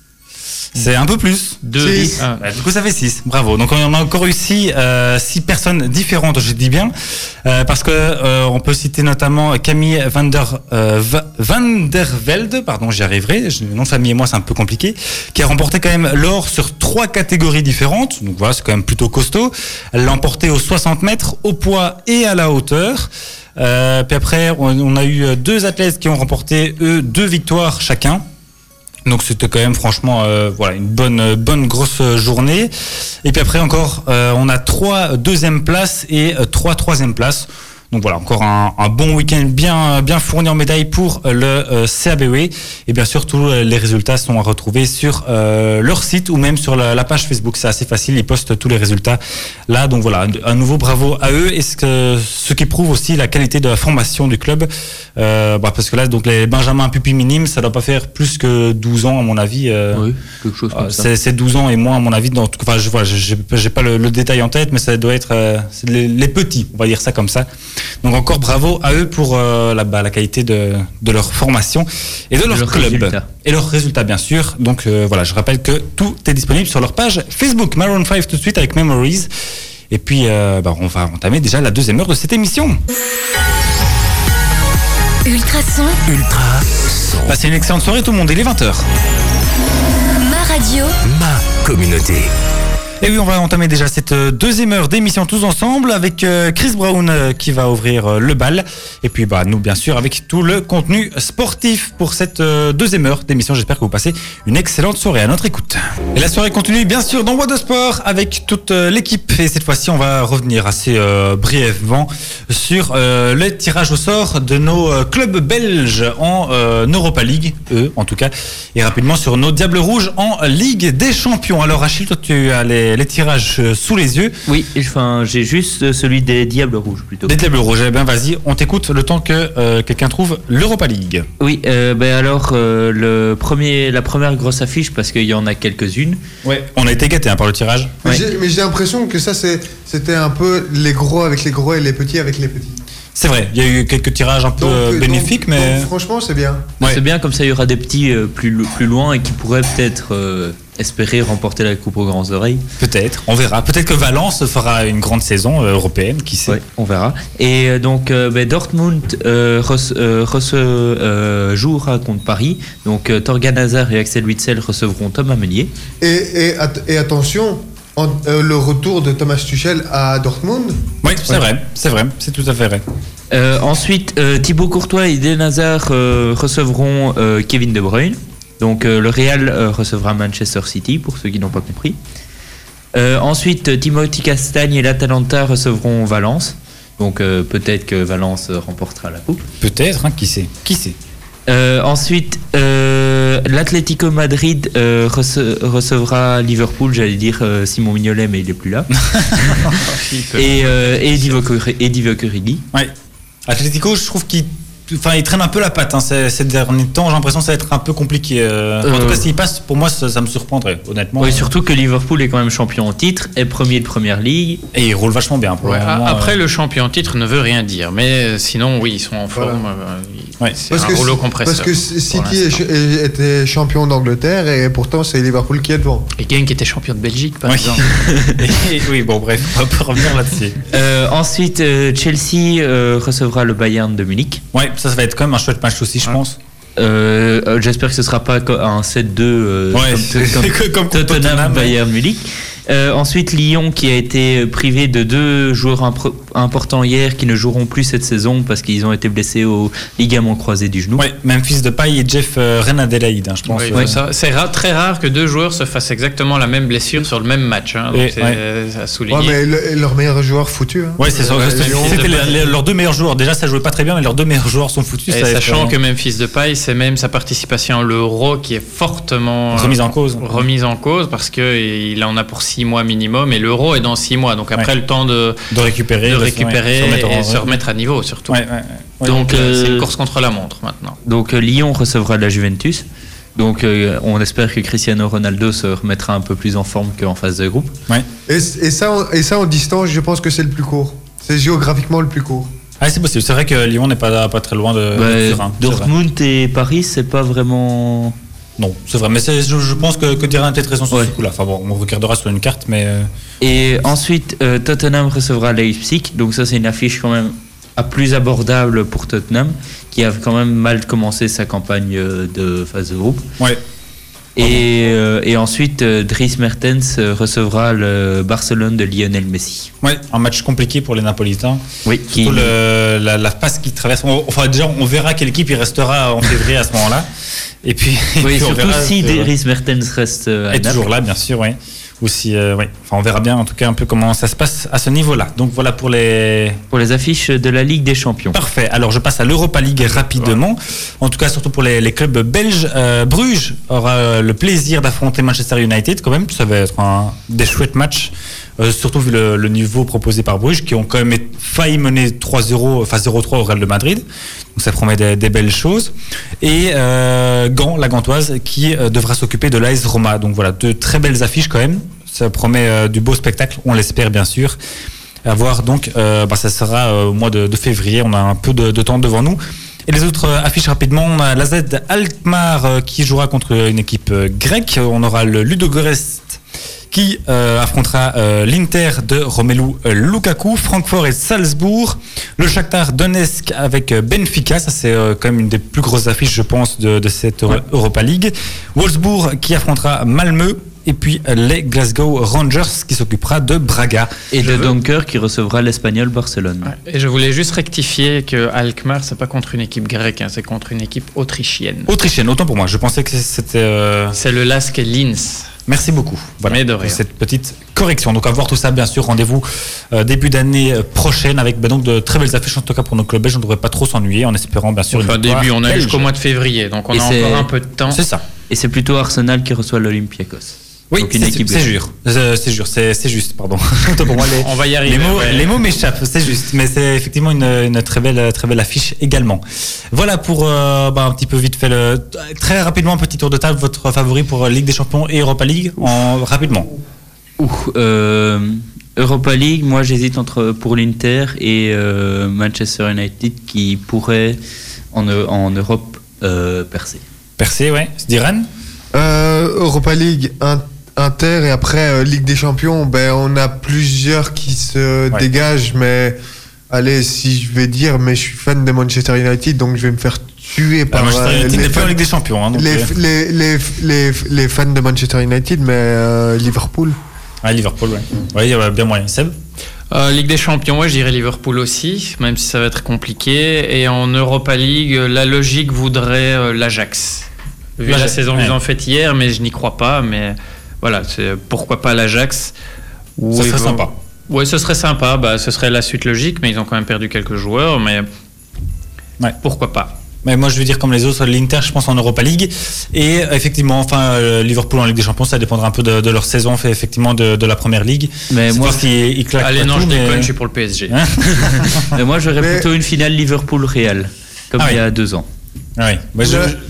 C'est un peu plus. Deux. Six. Ah. Bah, du coup, ça fait six. Bravo. Donc, on a encore réussi euh, six personnes différentes, je dis bien, euh, parce que euh, on peut citer notamment Camille van der, euh, Va- van der Velde, pardon, j'y arriverai. Le nom de famille et moi, c'est un peu compliqué, qui a remporté quand même l'or sur trois catégories différentes. Donc voilà, c'est quand même plutôt costaud. Elle l'a emporté aux soixante mètres, au poids et à la hauteur. Euh, puis après, on, on a eu deux athlètes qui ont remporté eux deux victoires chacun. Donc c'était quand même franchement euh, voilà une bonne bonne grosse journée. Et puis après encore euh, on a trois deuxième places et euh, trois troisième places. Donc voilà, encore un, un bon week-end bien bien fourni en médailles pour le euh, C A B W. Et bien sûr tous les résultats sont à retrouver sur euh, leur site ou même sur la, la page Facebook. C'est assez facile, ils postent tous les résultats là. Donc voilà, un nouveau bravo à eux, et ce, que, ce qui prouve aussi la qualité de la formation du club. Euh, bah parce que là donc les benjamins, pupilles, minimes, ça doit pas faire plus que douze ans à mon avis. Euh, Oui, quelque chose comme euh, ça. c'est, c'est douze ans et moins à mon avis. Dans, enfin, je vois, j'ai, j'ai pas le, le détail en tête, mais ça doit être euh, c'est les, les petits, on va dire ça comme ça. Donc encore bravo à eux pour euh, la, bah, la qualité de, de leur formation et de leur leurs club résultats. et leurs résultats bien sûr. Donc euh, voilà, je rappelle que tout est disponible sur leur page Facebook. Maroon five tout de suite avec Memories. Et puis euh, bah, on va entamer déjà la deuxième heure de cette émission. Ultrason, Ultra son. Passez une excellente soirée tout le monde, il est vingt heures. ma radio, Ma communauté. Et oui, on va entamer déjà cette euh, deuxième heure d'émission tous ensemble avec euh, Chris Brown euh, qui va ouvrir euh, le bal. Et puis bah nous bien sûr avec tout le contenu sportif pour cette euh, deuxième heure d'émission. J'espère que vous passez une excellente soirée à notre écoute. Et la soirée continue bien sûr dans What de Sport avec toute euh, l'équipe. Et cette fois-ci, on va revenir assez euh, brièvement sur euh, le tirage au sort de nos euh, clubs belges en euh, Europa League, eux en tout cas, et rapidement sur nos Diables Rouges en Ligue des Champions. Alors Achille, toi tu as les les tirages euh, sous les yeux. Oui, enfin, j'ai juste euh, celui des Diables Rouges plutôt. Des Diables Rouges, eh ben vas-y, on t'écoute le temps que euh, quelqu'un trouve l'Europa League. Oui, euh, ben alors euh, le premier, la première grosse affiche, parce qu'il y en a quelques-unes. Ouais. On a été gâtés hein, par le tirage. Mais Ouais. j'ai- mais j'ai l'impression que ça, c'est- c'était un peu les gros avec les gros et les petits avec les petits. C'est vrai, il y a eu quelques tirages un peu Donc, euh, euh, bénéfiques, donc- mais donc, franchement, c'est bien. Ouais. C'est bien, comme ça il y aura des petits euh, plus, lo- plus loin et qui pourraient peut-être euh, espérer remporter la coupe aux grandes oreilles. peut-être, on verra. Peut-être que Valence fera une grande saison euh, européenne, qui sait. Ouais, on verra. Et euh, donc euh, ben, Dortmund euh, rece- euh, rece- euh, jouera contre Paris. Donc euh, Torgan Hazard et Axel Witsel recevront Thomas Meunier. Et, et, at- et attention, en- euh, le retour de Thomas Tuchel à Dortmund. Oui, c'est vrai, c'est vrai, c'est tout à fait vrai. Euh, ensuite, euh, Thibaut Courtois et Eden Hazard euh, recevront euh, Kevin De Bruyne. Donc euh, le Real euh, recevra Manchester City, pour ceux qui n'ont pas compris. Euh, ensuite, Timothy Castagne et l'Atalanta recevront Valence. Donc euh, peut-être que Valence euh, remportera la coupe. Peut-être, hein, qui sait, qui sait. Euh, ensuite, euh, l'Atlético Madrid euh, rece- recevra Liverpool. J'allais dire euh, Simon Mignolet, mais il est plus là. et euh, et Divock Origi- et Divock Origi. Ouais. Atlético, je trouve qu'il enfin, il traîne un peu la patte hein, ces, ces derniers temps. J'ai l'impression que ça va être un peu compliqué. euh. En Euh, tout cas, s'il passe, pour moi, ça, ça me surprendrait, honnêtement. Oui, surtout que Liverpool est quand même champion en titre, est premier de première ligue. Et il roule vachement bien pour Ouais, le a- moment. après, euh. le champion en titre ne veut rien dire. Mais euh, sinon, oui, ils sont en forme. euh, ils- Ouais. C'est un rouleau compresseur. parce que pour City est l'instant. ch- est- était champion d'Angleterre et pourtant c'est Liverpool qui est devant. Et Genk était champion de Belgique, par Oui. exemple. Et- oui, bon, bref, on peut revenir là-dessus. Euh, ensuite, euh, Chelsea euh, recevra le Bayern de Munich. Ouais, ça, ça va être quand même un chouette match aussi, je Ouais. pense. Euh, j'espère que ce sera pas co- un sept deux euh, Ouais, comme, c'est- comme c'est que- comme contre Tottenham, Tottenham, Bayern Munich. Euh, ensuite, Lyon qui a été privé de deux joueurs impr- importants hier qui ne joueront plus cette saison parce qu'ils ont été blessés au ligament croisé du genou. Ouais, Memphis Depay et Jeff euh, Renadelaide, hein, je pense. Oui, Ouais. c'est ça. C'est rare, très rare que deux joueurs se fassent exactement la même blessure sur le même match. Hein, donc Et- c'est ouais. à souligner. Ouais, mais le- leur meilleur joueur foutu. Hein. Ouais, c'est ça. Euh, C'était Lyon. c'était les- les- leurs deux meilleurs joueurs. Déjà, ça jouait pas très bien, mais leurs deux meilleurs joueurs sont foutus. Et ça va être, sachant euh, que Memphis Depay, c'est même sa participation à l'Euro qui est fortement euh, remise en cause. remise en cause parce qu'il en a pour six mois minimum et l'Euro est dans six mois. Donc après, Ouais. le temps de, De récupérer, de ouais, récupérer se remettre en- et se remettre à niveau surtout. Ouais, ouais, ouais. Ouais. Donc Donc, euh, euh, c'est une course contre la montre maintenant. Donc euh, Lyon recevra la Juventus. Donc euh, on espère que Cristiano Ronaldo se remettra un peu plus en forme qu'en phase de groupe. Et, et, ça, en- et ça, en distance, je pense que c'est le plus court. C'est géographiquement le plus court. Ah, c'est possible. C'est vrai que Lyon n'est pas, pas très loin de, Bah, de Turin. C'est vrai. Dortmund et Paris, c'est pas vraiment. Non, c'est vrai. Mais c'est- je, je pense que, que Diran a peut-être raison sur Ouais. ce coup-là. Enfin bon, on regardera sur une carte, mais. euh, Et ensuite, euh, Tottenham recevra Leipzig. Donc ça, c'est une affiche quand même à plus abordable pour Tottenham, qui a quand même mal commencé sa campagne euh, de phase de groupe. Ouais. Et, euh, et ensuite, euh, Dries Mertens euh, recevra le Barcelone de Lionel Messi. Ouais, un match compliqué pour les Napolitains. Oui, qui, Surtout le- la, la passe qui traverse. On- Enfin, déjà, on verra quelle équipe il restera en février à ce moment-là. Et puis, et oui puis on surtout verra, si c'est- Dries Mertens reste euh, à est Naples. toujours là, bien sûr, oui. Ou si, euh, ouais. Enfin, on verra bien en tout cas un peu comment ça se passe à ce niveau-là. Donc voilà pour les. Pour les affiches de la Ligue des Champions. Parfait. Alors je passe à l'Europa League rapidement. En tout cas, surtout pour les, les clubs belges. Euh, Bruges aura euh, le plaisir d'affronter Manchester United quand même. Ça va être un, des chouettes matchs. Euh, surtout vu le, le niveau proposé par Bruges, qui ont quand même failli mener trois zéro, enfin zéro trois au Real de Madrid. Donc ça promet des, des belles choses. Et euh, Gand, la Gantoise, qui euh, devra s'occuper de l'A S Roma. Donc voilà, deux très belles affiches quand même. Ça promet euh, du beau spectacle, on l'espère bien sûr. À voir donc, euh, bah, ça sera euh, au mois de, de février, on a un peu de, de temps devant nous. Et les autres euh, affiches rapidement, on a l'A Z Alkmaar euh, qui jouera contre une équipe euh, grecque. On aura le Ludogorets qui euh, affrontera euh, l'Inter de Romelu euh, Lukaku, Francfort et Salzbourg, le Shakhtar Donetsk avec euh, Benfica, ça c'est euh, quand même une des plus grosses affiches je pense de, de cette Euro- Europa League, Wolfsburg qui affrontera Malmö, et puis euh, les Glasgow Rangers qui s'occupera de Braga. Et Je de veux- Dunker qui recevra l'Espagnol Barcelone. Ouais. Et je voulais juste rectifier que Alkmaar, c'est pas contre une équipe grecque, hein, c'est contre une équipe autrichienne. Autrichienne, autant pour moi, je pensais que c'était... euh, C'est le Lask Linz. Merci beaucoup. Voilà, Mais de pour rien. cette petite correction. Donc à voir tout ça, bien sûr, rendez-vous euh, début d'année euh, prochaine avec ben, donc de très belles affiches. En tout cas pour nos clubs belges, on ne devrait pas trop s'ennuyer en espérant bien sûr Enfin, une victoire début, on a belge. jusqu'au mois de février, donc on Et a c'est- encore un peu de temps. C'est ça. Et c'est plutôt Arsenal qui reçoit l'Olympiakos. Oui, Donc une c'est équipe c'est belge. jure. Euh, C'est jure, c'est c'est juste, pardon. Autant pour moi, les, On va y arriver. les mots, ouais. les mots m'échappent, c'est juste. Mais c'est effectivement une, une très belle, très belle affiche également. Voilà pour euh, bah, un petit peu vite fait le très rapidement un petit tour de table. Votre favori pour euh, Ligue des Champions et Europa League en rapidement. Ouh, euh, Europa League, moi j'hésite entre pour l'Inter et euh, Manchester United qui pourrait en, Eu- en Europe euh, percer. Percé, ouais. Sdiran. Euh, Europa League, In- Inter et après euh, Ligue des Champions, ben, on a plusieurs qui se Ouais. dégagent, mais allez, si je vais dire, mais je suis fan de Manchester United, donc je vais me faire tuer par Manchester euh, United les, n'est pas en fans, Ligue des Champions. Hein, donc, les, euh, les, les, les, les fans de Manchester United, mais euh, Liverpool. ouais, Liverpool, ouais. Ouais, il y a bien moyen. Seb. Euh, Ligue des Champions, ouais, je dirais Liverpool aussi, même si ça va être compliqué. Et en Europa League, euh, la logique voudrait euh, l'Ajax. Vu la L'Ajax, saison ouais. qu'ils ont faite hier, mais je n'y crois pas. Mais voilà, c'est pourquoi pas l'Ajax. Où Ça ils serait vont- sympa. Ouais, ce serait sympa. Bah, ce serait la suite logique, mais ils ont quand même perdu quelques joueurs. Mais Ouais. pourquoi pas. Mais moi, je veux dire comme les autres, l'Inter, je pense en Europa League. Et euh, effectivement, enfin, euh, Liverpool en Ligue des Champions, ça dépendra un peu de, de leur saison, fait effectivement de, de la Première Ligue. Mais C'est moi, voir s'ils ils claquent Allez, pas non, tout, je mais- déconne, je suis pour le P S G. Hein mais moi j'aurais Mais- plutôt une finale Liverpool-Real, comme Ah il y oui. a deux ans. Ah oui. Bah, je- Le-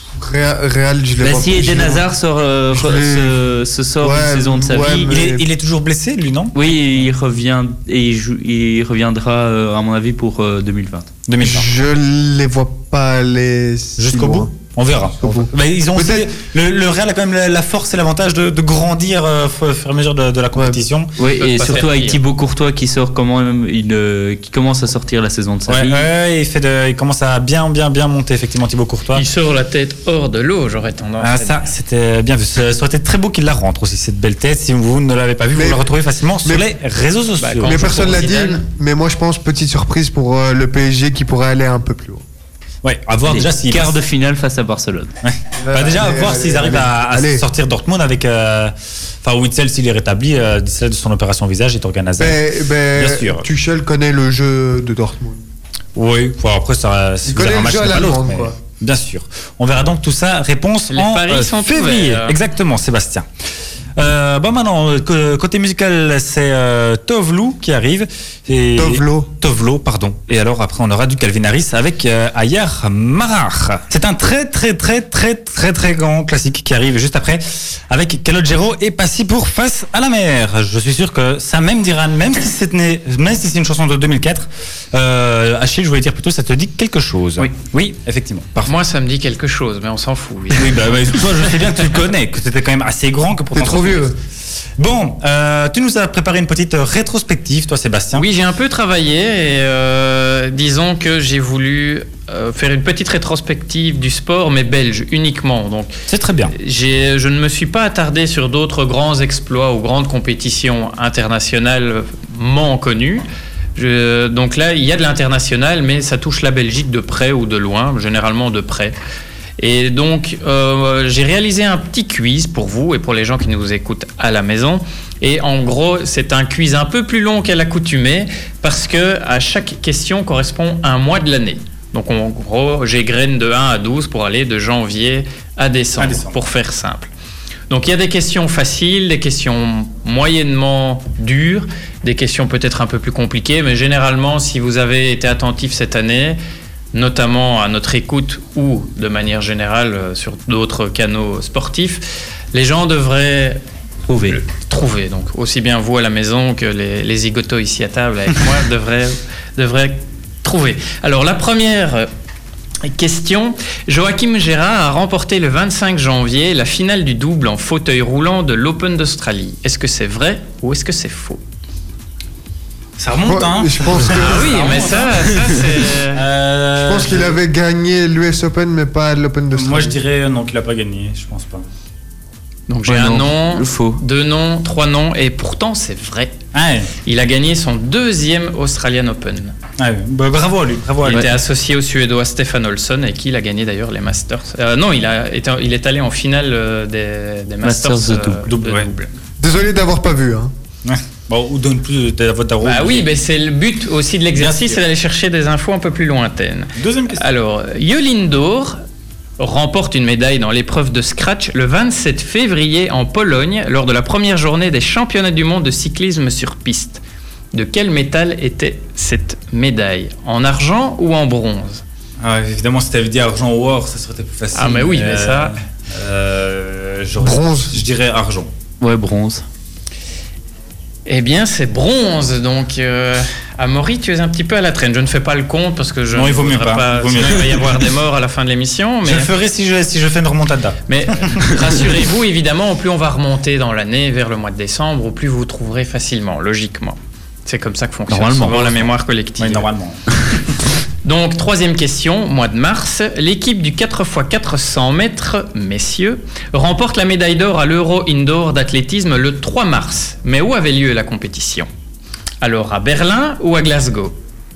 Real, Real, je l'ai Bah, pas- si je Eden l'ai- Hazard sort, euh, je re- l'ai- se, se sort Ouais, une saison de sa ouais, vie, mais- il, est, il est toujours blessé, lui, non oui, il revient et il, joue- il reviendra euh, à mon avis pour euh, deux mille vingt. deux mille vingt. Je les vois pas aller si Jusqu'au loin. bout On verra. Au bout. Mais ils ont aussi, Peut-être- le, le Real a quand même la, la force et l'avantage de, de grandir euh, au fur et à mesure de, de la compétition. Oui, Ils peuvent et pas surtout faire avec pire. Thibaut Courtois qui sort quand même une, euh, qui commence à sortir la saison de sa Ouais, vie. ouais, il, fait de, il commence à bien, bien, bien monter, effectivement, Thibaut Courtois. Il sort la tête hors de l'eau, j'aurais tendance Ah, à ça, dire. c'était bien vu. Ça ça aurait été très beau qu'il la rentre aussi, cette belle tête. Si vous ne l'avez pas vu, Mais- vous la retrouvez facilement sur mais- les réseaux sociaux. Bah, quand- Mais joue personne pour l'a dit, Zidane. mais moi je pense petite surprise pour euh, le P S G qui pourrait aller un peu plus haut. Ouais, à voir Les déjà s'ils quarts de finale face à Barcelone. Bah, déjà, à Allez, voir allez, s'ils arrivent à, à allez. sortir Dortmund avec. euh, Enfin, Witzel, s'il est rétabli, euh, d'ici là de son opération visage, et Torgan Hazard. Ben, ben, Bien sûr. Tuchel connaît le jeu de Dortmund. Oui, bon, après, ça, si Il vous avez connaît un le match, jeu à c'est pas l'allemande, l'autre, mais quoi. bien sûr. On verra donc tout ça. Réponse Les en paris euh, sont février. ouverts. Exactement, Sébastien. Euh, bon, maintenant, euh, co- côté musical, c'est euh, Tovlou qui arrive. Et... Tovlo. Tovlo, pardon. Et alors, après, on aura du Calvin Harris avec euh, Ayar Marar. C'est un très, très, très, très, très, très grand classique qui arrive juste après avec Calogero et Passy pour Face à la mer. Je suis sûr que ça même dira, même si c'est, né- même si c'est une chanson de deux mille quatre, euh, Achille, je voulais dire plutôt, ça te dit quelque chose. Oui. Oui, effectivement. Parfait. Moi, ça me dit quelque chose, mais on s'en fout. oui. Oui, bah, bah, toi, je sais bien que tu le connais, que c'était quand même assez grand que pour T'es trop vieux. Bon, euh, tu nous as préparé une petite rétrospective, toi, Sébastien. Oui, j'ai un peu travaillé et euh, disons que j'ai voulu euh, faire une petite rétrospective du sport, mais belge uniquement. Donc, C'est très bien. j'ai, je ne me suis pas attardé sur d'autres grands exploits ou grandes compétitions internationalement connues. Je- donc là, il y a de l'international, mais ça touche la Belgique de près ou de loin, généralement de près. Et donc, euh, j'ai réalisé un petit quiz pour vous et pour les gens qui nous écoutent à la maison. Et en gros, c'est un quiz un peu plus long qu'à l'accoutumée parce que à chaque question correspond un mois de l'année. Donc, en gros, j'égrène de un à douze pour aller de janvier à décembre, À décembre. pour faire simple. Donc, il y a des questions faciles, des questions moyennement dures, des questions peut-être un peu plus compliquées, mais généralement, si vous avez été attentif cette année, notamment à notre écoute ou de manière générale euh, sur d'autres canaux sportifs, les gens devraient Trouvé. le trouver. Donc aussi bien vous à la maison que les, les zigotos ici à table avec moi devraient, devraient trouver. Alors la première euh, question, Joachim Gérard a remporté le vingt-cinq janvier la finale du double en fauteuil roulant de l'Open d'Australie. Est-ce que c'est vrai ou est-ce que c'est faux? Ça remonte, hein. Je pense que- Ah oui, mais ça, ça c'est... Euh, Je pense qu'il avait gagné l'U S Open, mais pas l'Open d'Australie. Moi, je dirais non, qu'il n'a pas gagné. Je pense pas. Donc j'ai Ouais, un non, nom, le faux. deux noms, trois noms, et pourtant c'est vrai. Ah, ouais. Il a gagné son deuxième Australian Open. Ah, ouais. Bah, bravo à lui. Bravo à Il lui. était associé au Suédois Stefan Olsson et qui il a gagné d'ailleurs les Masters. Euh, non, il, a été, il est allé en finale euh, des, des Masters, Masters de euh, double. Double, ouais. Désolé d'avoir pas vu. Hein. Ouais. Bon, ou donne plus de votre tarot. Bah oui, mais c'est le but aussi de l'exercice, Bien sûr. c'est d'aller chercher des infos un peu plus lointaines. Deuxième question. Alors, Yolin Dor remporte une médaille dans l'épreuve de scratch le vingt-sept février en Pologne lors de la première journée des championnats du monde de cyclisme sur piste. De quel métal était cette médaille? En argent ou en bronze? Ah, évidemment, si t'avais dit argent ou or, ça serait plus facile. Ah, mais oui, mais ça- Euh, j'aurais- Bronze. Je dirais argent. Ouais, bronze. Eh bien, c'est bronze. Donc, euh, Amaury, tu es un petit peu à la traîne. Je ne fais pas le compte parce que je Non, ne il vaut mieux voudrais pas. Il vaut sinon mieux. il va y avoir des morts à la fin de l'émission. Mais, Je le ferai si je, si je fais une remontada. mais rassurez-vous, évidemment, au plus on va remonter dans l'année vers le mois de décembre, au plus vous trouverez facilement, logiquement. C'est comme ça que fonctionne Normalement. souvent la mémoire collective. Oui, normalement. Donc, troisième question, mois de mars. L'équipe du quatre par quatre cents mètres, messieurs, remporte la médaille d'or à l'Euro Indoor d'athlétisme le trois mars. Mais où avait lieu la compétition? Alors, à Berlin ou à Glasgow?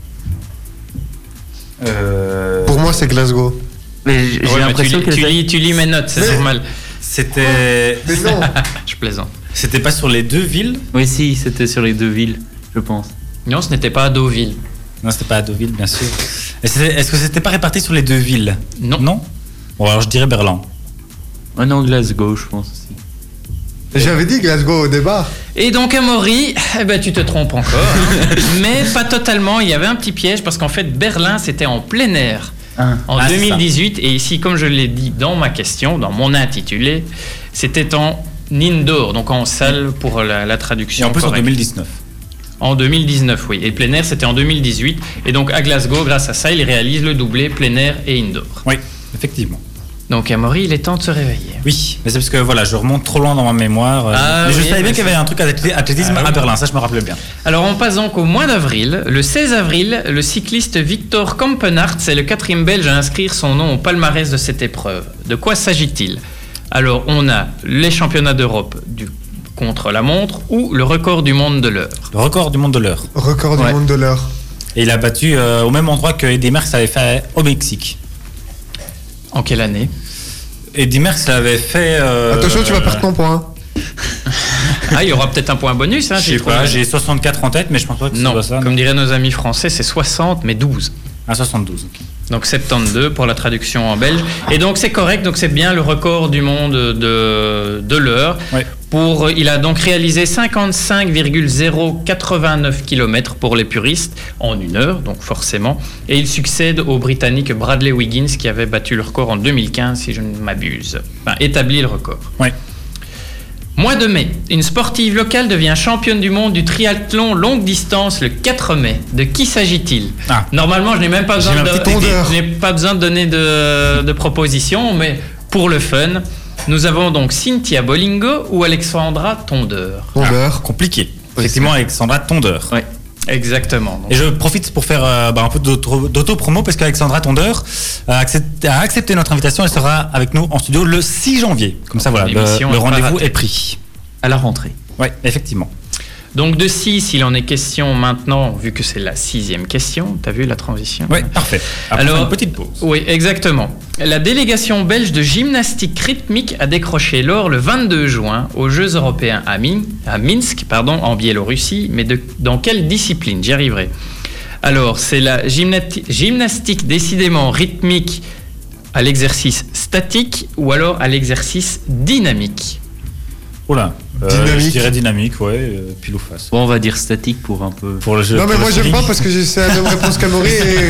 Euh, Pour moi, c'est Glasgow. Mais j- j'ai Ouais, mais l'impression tu, que tu ça- lis, tu lis mes notes, c'est Mais- normal. C'était. Mais non. Je plaisante. C'était pas sur les deux villes. Oui, si, c'était sur les deux villes, je pense. Non, ce n'était pas à Deauville. Non, c'était pas à Deauville, bien sûr. Et c'était- Est-ce que c'était pas réparti sur les deux villes? Non. Non. Bon, alors je dirais Berlin. Ah non, Glasgow, je pense aussi. J'avais dit Glasgow au départ. Et donc, Amaury, eh ben, tu te trompes encore. hein. Mais pas totalement. Il y avait un petit piège parce qu'en fait, Berlin, c'était en plein air. Ah. En Ah, c'est deux mille dix-huit, et ici, comme je l'ai dit dans ma question, dans mon intitulé, c'était en indoor, donc en salle pour la, la Et traduction. en plus en correcte. deux mille dix-neuf. En deux mille dix-neuf, oui. Et plein air, c'était en deux mille dix-huit. Et donc à Glasgow, grâce à ça, ils réalisent le doublé plein air et indoor. Oui, effectivement. Donc Amaury, il est temps de se réveiller. Oui, mais c'est parce que voilà, je remonte trop loin dans ma mémoire. euh, Ah, mais je oui, savais bien mais qu'il y avait un truc athléti- athlétisme Ah, à oui. Berlin, ça je me rappelais bien. Alors on passe donc au mois d'avril. Le seize avril, le cycliste Victor Kampenaerts est le quatrième Belge à inscrire son nom au palmarès de cette épreuve. De quoi s'agit-il ? Alors on a les championnats d'Europe du contre-la-montre ou le record du monde de l'heure. Le record du monde de l'heure. Record du Ouais. monde de l'heure. Et il a battu euh, au même endroit que Eddy Merckx avait fait au Mexique. En quelle année ? Eddy Merckx l'avait fait. euh, Attention, tu vas perdre ton point. Ah, il y aura peut-être un point bonus. Hein, Je si sais tu trouves. pas, j'ai soixante-quatre en tête, mais je pense pas que Non, c'est ça. comme diraient nos amis français, c'est soixante, mais douze. À soixante-douze. ok. Donc soixante-douze pour la traduction en belge. Et donc c'est correct, donc c'est bien le record du monde de, de l'heure. Ouais. Pour, il a donc réalisé cinquante-cinq virgule zéro quatre-vingt-neuf kilomètres pour les puristes en une heure, donc forcément. Et il succède au Britannique Bradley Wiggins qui avait battu le record en deux mille quinze, si je ne m'abuse. Enfin, établi le record. Ouais. Mois de mai, une sportive locale devient championne du monde du triathlon longue distance le quatre mai. De qui s'agit-il ? Ah. Normalement, je n'ai même pas besoin, J'ai de, un petit tondeur. je n'ai pas besoin de donner de, de propositions, mais pour le fun, nous avons donc Cynthia Bolingo ou Alexandra Tondeur. Tondeur. Compliqué. Effectivement, Alexandra Tondeur. Ouais, exactement. Donc, Et je profite pour faire euh, bah, un peu d'auto- d'auto-promo parce qu'Alexandra Tondeur a accepté, a accepté notre invitation et sera avec nous en studio le six janvier. Comme ça, voilà, le, L'émission le est pas rendez-vous ratée. est pris. À la rentrée. Oui, effectivement. donc de six, il en est question maintenant, vu que c'est la sixième question. T'as vu la transition ? Oui, parfait. Après Alors- une petite pause. Oui, exactement. La délégation belge de gymnastique rythmique a décroché l'or le vingt-deux juin aux Jeux européens à, Min- à Minsk, pardon, en Biélorussie, mais de- dans quelle discipline ? J'y arriverai. Alors, c'est la gymnati- gymnastique décidément rythmique à l'exercice statique ou alors à l'exercice dynamique. Oula. Euh, Dynamique. Je dirais dynamique, ouais, euh, pile ou face. Bon, on va dire statique pour un peu. Pour le jeu. Non, mais pour moi le j'aime feeling. pas parce que j'ai- c'est la même réponse qu'Amaury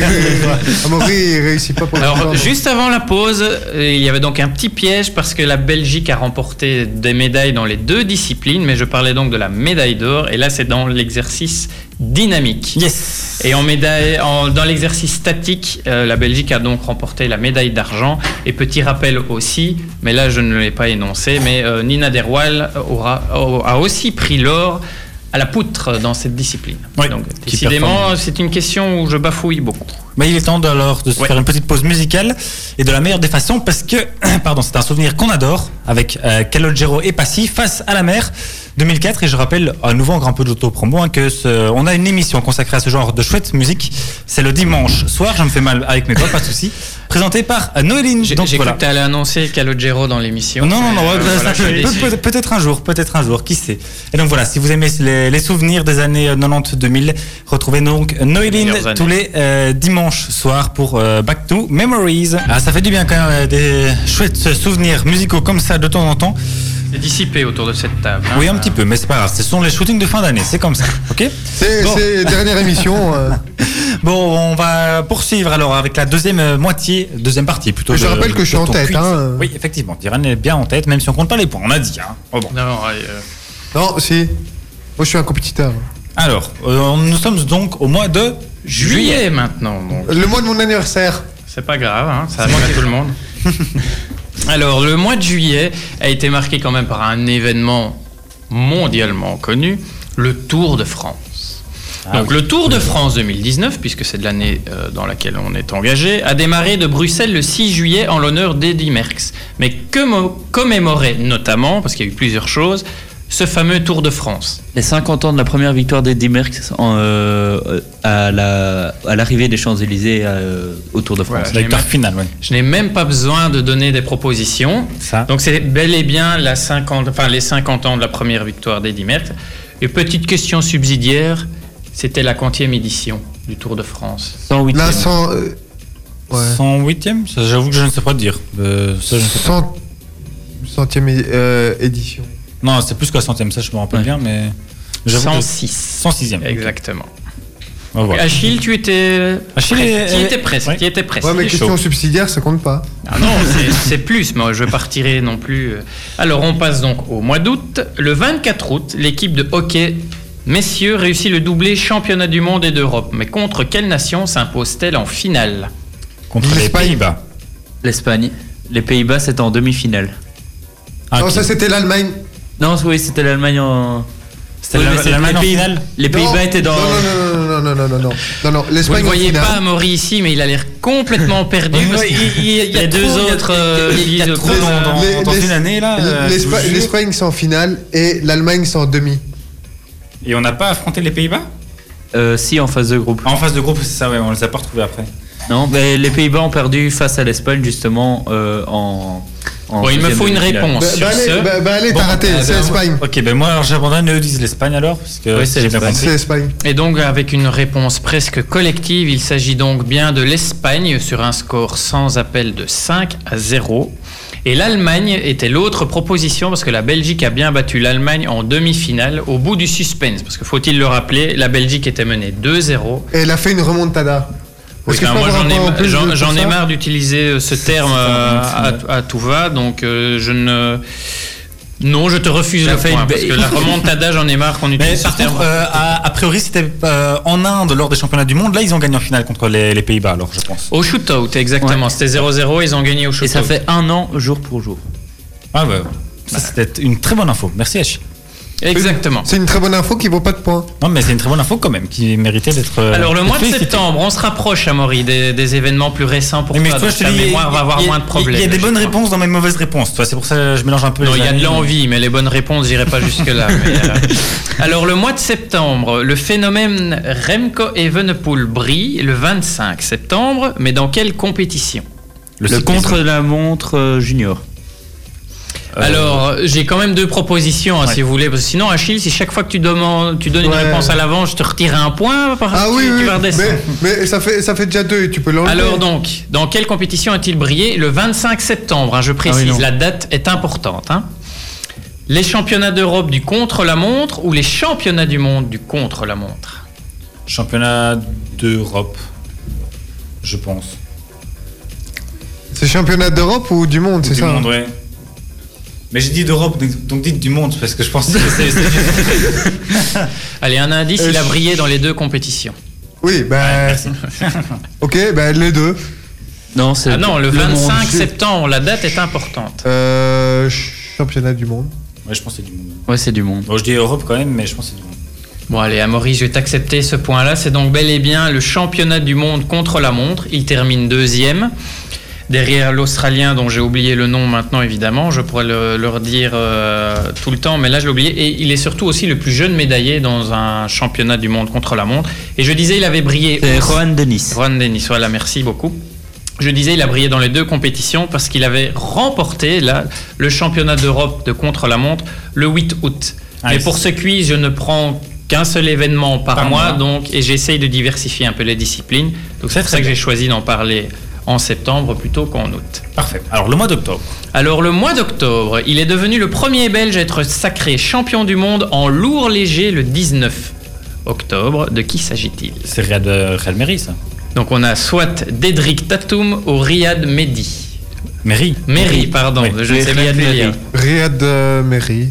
et Amaury il réussit pas pour Alors, l'instant. juste avant la pause, euh, il y avait donc un petit piège parce que la Belgique a remporté des médailles dans les deux disciplines, mais je parlais donc de la médaille d'or, et là c'est dans l'exercice dynamique. Yes. Et en médaille, en- dans l'exercice statique, euh, la Belgique a donc remporté la médaille d'argent. Et petit rappel aussi, mais là je ne l'ai pas énoncé, mais euh, Nina Derwal aura, a aussi pris l'or à la poutre dans cette discipline. Oui, Donc qui décidément, performe. c'est une question où je bafouille beaucoup. Mais il est temps de, alors de se Ouais. faire une petite pause musicale et de la meilleure des façons parce que pardon, c'est un souvenir qu'on adore avec euh, Calogero et Passy face à la mer deux mille quatre et je rappelle à nouveau encore un peu d'auto-promo hein, que ce, on a une émission consacrée à ce genre de chouette musique. C'est le dimanche soir, je me fais mal avec mes doigts, pas de souci. Présenté par euh, Noéline. J'ai Donc j'ai voilà. cru que tu allais annoncer Calogero dans l'émission. Non, non, non, ouais, Euh, ça voilà, je peut- suis déçu. peut- peut- peut-être un jour, peut-être un jour, qui sait. Et donc voilà, si vous aimez les, les souvenirs des années quatre-vingt-dix deux mille, retrouvez donc Noéline Meilleures années. tous les euh, dimanches soirs pour euh, Back to Memories. Ah, ça fait du bien quand même, euh, des chouettes souvenirs musicaux comme ça de temps en temps. C'est dissipé autour de cette table. hein. Oui, un petit peu, mais c'est pas grave, ce sont les shootings de fin d'année, c'est comme ça, ok? C'est Bon. c'est dernière émission. euh. Bon, on va poursuivre alors avec la deuxième euh, moitié, deuxième partie plutôt. Je de- rappelle que je suis de en ton tête, quiz. hein. Oui, effectivement, Diran est bien en tête, même si on compte pas les points, on a dit, hein. Oh, bon. Non, ouais, euh, Non, si. Moi je suis un compétiteur. Alors, euh, nous sommes donc au mois de juillet maintenant. Donc. Le mois de mon anniversaire. C'est pas grave, hein, ça arrive à tout le monde. Alors, le mois de juillet a été marqué quand même par un événement mondialement connu, le Tour de France. Ah Donc, oui. le Tour de France deux mille dix-neuf, puisque c'est de l'année euh, dans laquelle on est engagé, a démarré de Bruxelles le six juillet en l'honneur d'Eddy Merckx. Mais que mo- commémorer notamment, parce qu'il y a eu plusieurs choses, ce fameux Tour de France. Les cinquante ans de la première victoire d'Eddy Merckx en, euh, à, la, à l'arrivée des Champs-Élysées euh, au Tour de France. Voilà. la victoire J'ai finale, oui. Je n'ai même pas besoin de donner des propositions. Ça. Donc c'est bel et bien la cinquante, enfin, les cinquante ans de la première victoire d'Eddy Merckx. Et petite question subsidiaire, c'était la quantième édition du Tour de France. cent huitième. Là, cent. euh, ouais. cent huitième, ça, j'avoue que je ne sais pas te dire. Euh, ça, je ne sais pas. cent centième é- euh, édition. Non, c'est plus que la centième, ça je me rappelle Ouais. bien, mais. j'avoue que- cent six. cent sixième. Exactement. On va voir. Achille, tu étais. Achille est- Tu y étais presque. Ouais. Tu y étais presque. Ouais, mais est question chaud. subsidiaire, ça compte pas. Ah non, c'est- c'est plus, mais je ne vais pas retirer non plus. Alors, on passe donc au mois d'août. Le vingt-quatre août, l'équipe de hockey messieurs réussit le doublé championnat du monde et d'Europe. Mais contre quelle nation s'impose-t-elle en finale ? Contre les L'Espagne. Pays-Bas. L'Espagne. Les Pays-Bas, c'était en demi-finale. Ah, non, ok. ça c'était l'Allemagne. Non, oui, c'était l'Allemagne en. C'était Oui, la- mais c'est- l'Allemagne les en Pays- finale. Les Non, Pays-Bas étaient dans. Non, non, non, non, non, non, non, non, non, non, Vous l'Espagne ne en voyez finale. pas Amaury ici, mais il a l'air complètement perdu. Oui, parce oui, qu'il- il- il- il y a il y a deux trop- il y a- autres. il y a- il y a euh, trop listes. dans- dans- Les- dans les- une année, là, euh, je l'Espa- vous jure. L'Espagne c'est en finale et l'Allemagne c'est en demi. Et on n'a pas affronté les Pays-Bas Euh, si, en phase de groupe. En phase de groupe, c'est ça, ouais, on les a pas retrouvés après. Non, mais les Pays-Bas ont perdu face à l'Espagne, justement, euh, en. en Bon, il me deuxième faut une demi-finale. réponse Bah, sur bah, allez, ce. bah, bah, allez, Bon, t'as raté, euh, c'est ben, l'Espagne. Ok, ben moi alors j'abandonne, eux disent l'Espagne alors, parce que Oui, c'est j'ai bien l'Espagne. C'est compris. l'Espagne. Et donc, avec une réponse presque collective, il s'agit donc bien de l'Espagne sur un score sans appel de cinq à zéro. Et l'Allemagne était l'autre proposition parce que la Belgique a bien battu l'Allemagne en demi-finale au bout du suspense. Parce que faut-il le rappeler, la Belgique était menée deux zéro. Et elle a fait une remontada. Oui, Est-ce que je enfin, peux moi avoir j'en un point en ai, plus j'en, pour j'en ai ça marre d'utiliser ce terme c'est euh, ça, à, à tout va, donc euh, je ne... Non, je te refuse Ça le fait point, une parce ba- que la remontada, j'en ai marre qu'on Mais utilise ce par terme. contre, euh, a, a priori c'était euh, en Inde lors des championnats du monde, là ils ont gagné en finale contre les, les Pays-Bas alors je pense. Au shootout, exactement. Ouais. C'était zéro zéro, ils ont gagné au shootout. Et ça fait un an, jour pour jour. Ah ouais, ça c'était une très bonne info, merci Hachi. Exactement. C'est une très bonne info qui vaut pas de points. Non mais c'est une très bonne info quand même, qui méritait d'être... euh, Alors le mois de félicité. septembre, on se rapproche, Amaury, des, des événements plus récents pour Mais toi. toi, donc je te ta dis, mémoire va avoir il y a- moins de problèmes. Il y a des je bonnes crois. réponses dans mes mauvaises réponses, toi, c'est pour ça que je mélange un peu Non, les il y a de années. l'envie, mais les bonnes réponses, j'irai pas jusque-là. mais, euh, Alors, le mois de septembre, le phénomène Remco Evenepoel brille le vingt-cinq septembre, mais dans quelle compétition? Le, cyclisme. contre-la-montre euh, junior. Euh, Alors, j'ai quand même deux propositions, hein, ouais. si vous voulez, parce que sinon, Achille, si chaque fois que tu, demandes, tu donnes une Ouais. réponse à l'avant, je te retire un point, par Ah tu, oui, tu oui, vas redescendre. mais, mais ça, fait, ça fait déjà deux et tu peux l'enlever. Alors donc, dans quelle compétition a-t-il brillé le vingt-cinq septembre hein, Je précise, Ah oui, non. la date est importante. hein. Les championnats d'Europe du contre-la-montre ou les championnats du monde du contre-la-montre? Championnat d'Europe, je pense. C'est championnat d'Europe ou du monde, c'est Du ça monde, ouais. Mais j'ai dit d'Europe, donc- donc dites du monde, parce que je pense que c'est... c'est- Allez, un indice, Euh, il a je- brillé dans les deux compétitions. Oui, bah. ok, bah les deux. Non, c'est Ah non, le monde. vingt-cinq septembre, la date est importante. Euh, championnat du monde. Ouais, je pense que c'est du monde. Ouais, c'est du monde. Bon, je dis Europe quand même, mais je pense que c'est du monde. Bon allez, Amaury, je vais t'accepter ce point-là. C'est donc bel et bien le championnat du monde contre la montre. Il termine deuxième. Derrière l'Australien dont j'ai oublié le nom maintenant évidemment, je pourrais le, le redire euh, tout le temps, mais là je l'ai oublié. Et il est surtout aussi le plus jeune médaillé dans un championnat du monde contre la montre. Et je disais, il avait brillé... C'est aussi- Rohan Denis. Juan Denis, voilà, merci beaucoup. Je disais, il a brillé dans les deux compétitions parce qu'il avait remporté là, le championnat d'Europe de contre-la-montre le huit août. Ah, Mais oui, pour ce quiz, je ne prends qu'un seul événement par, Par mois, mois. donc, et j'essaye de diversifier un peu les disciplines. Donc c'est C'est pour ça très que bien. j'ai choisi d'en parler en septembre plutôt qu'en août. Parfait. Alors, le mois d'octobre. Alors le mois d'octobre, il est devenu le premier Belge à être sacré champion du monde en lourd léger le dix-neuf octobre. De qui s'agit-il? C'est Riyad euh, Real Meri, ça. Donc on a soit Dedrick Tatum ou Riyad Mehdi. Meri. Mehri, pardon, Oui. je ne sais même Riyad plus Mehri. lire. Riyad euh, Mehri.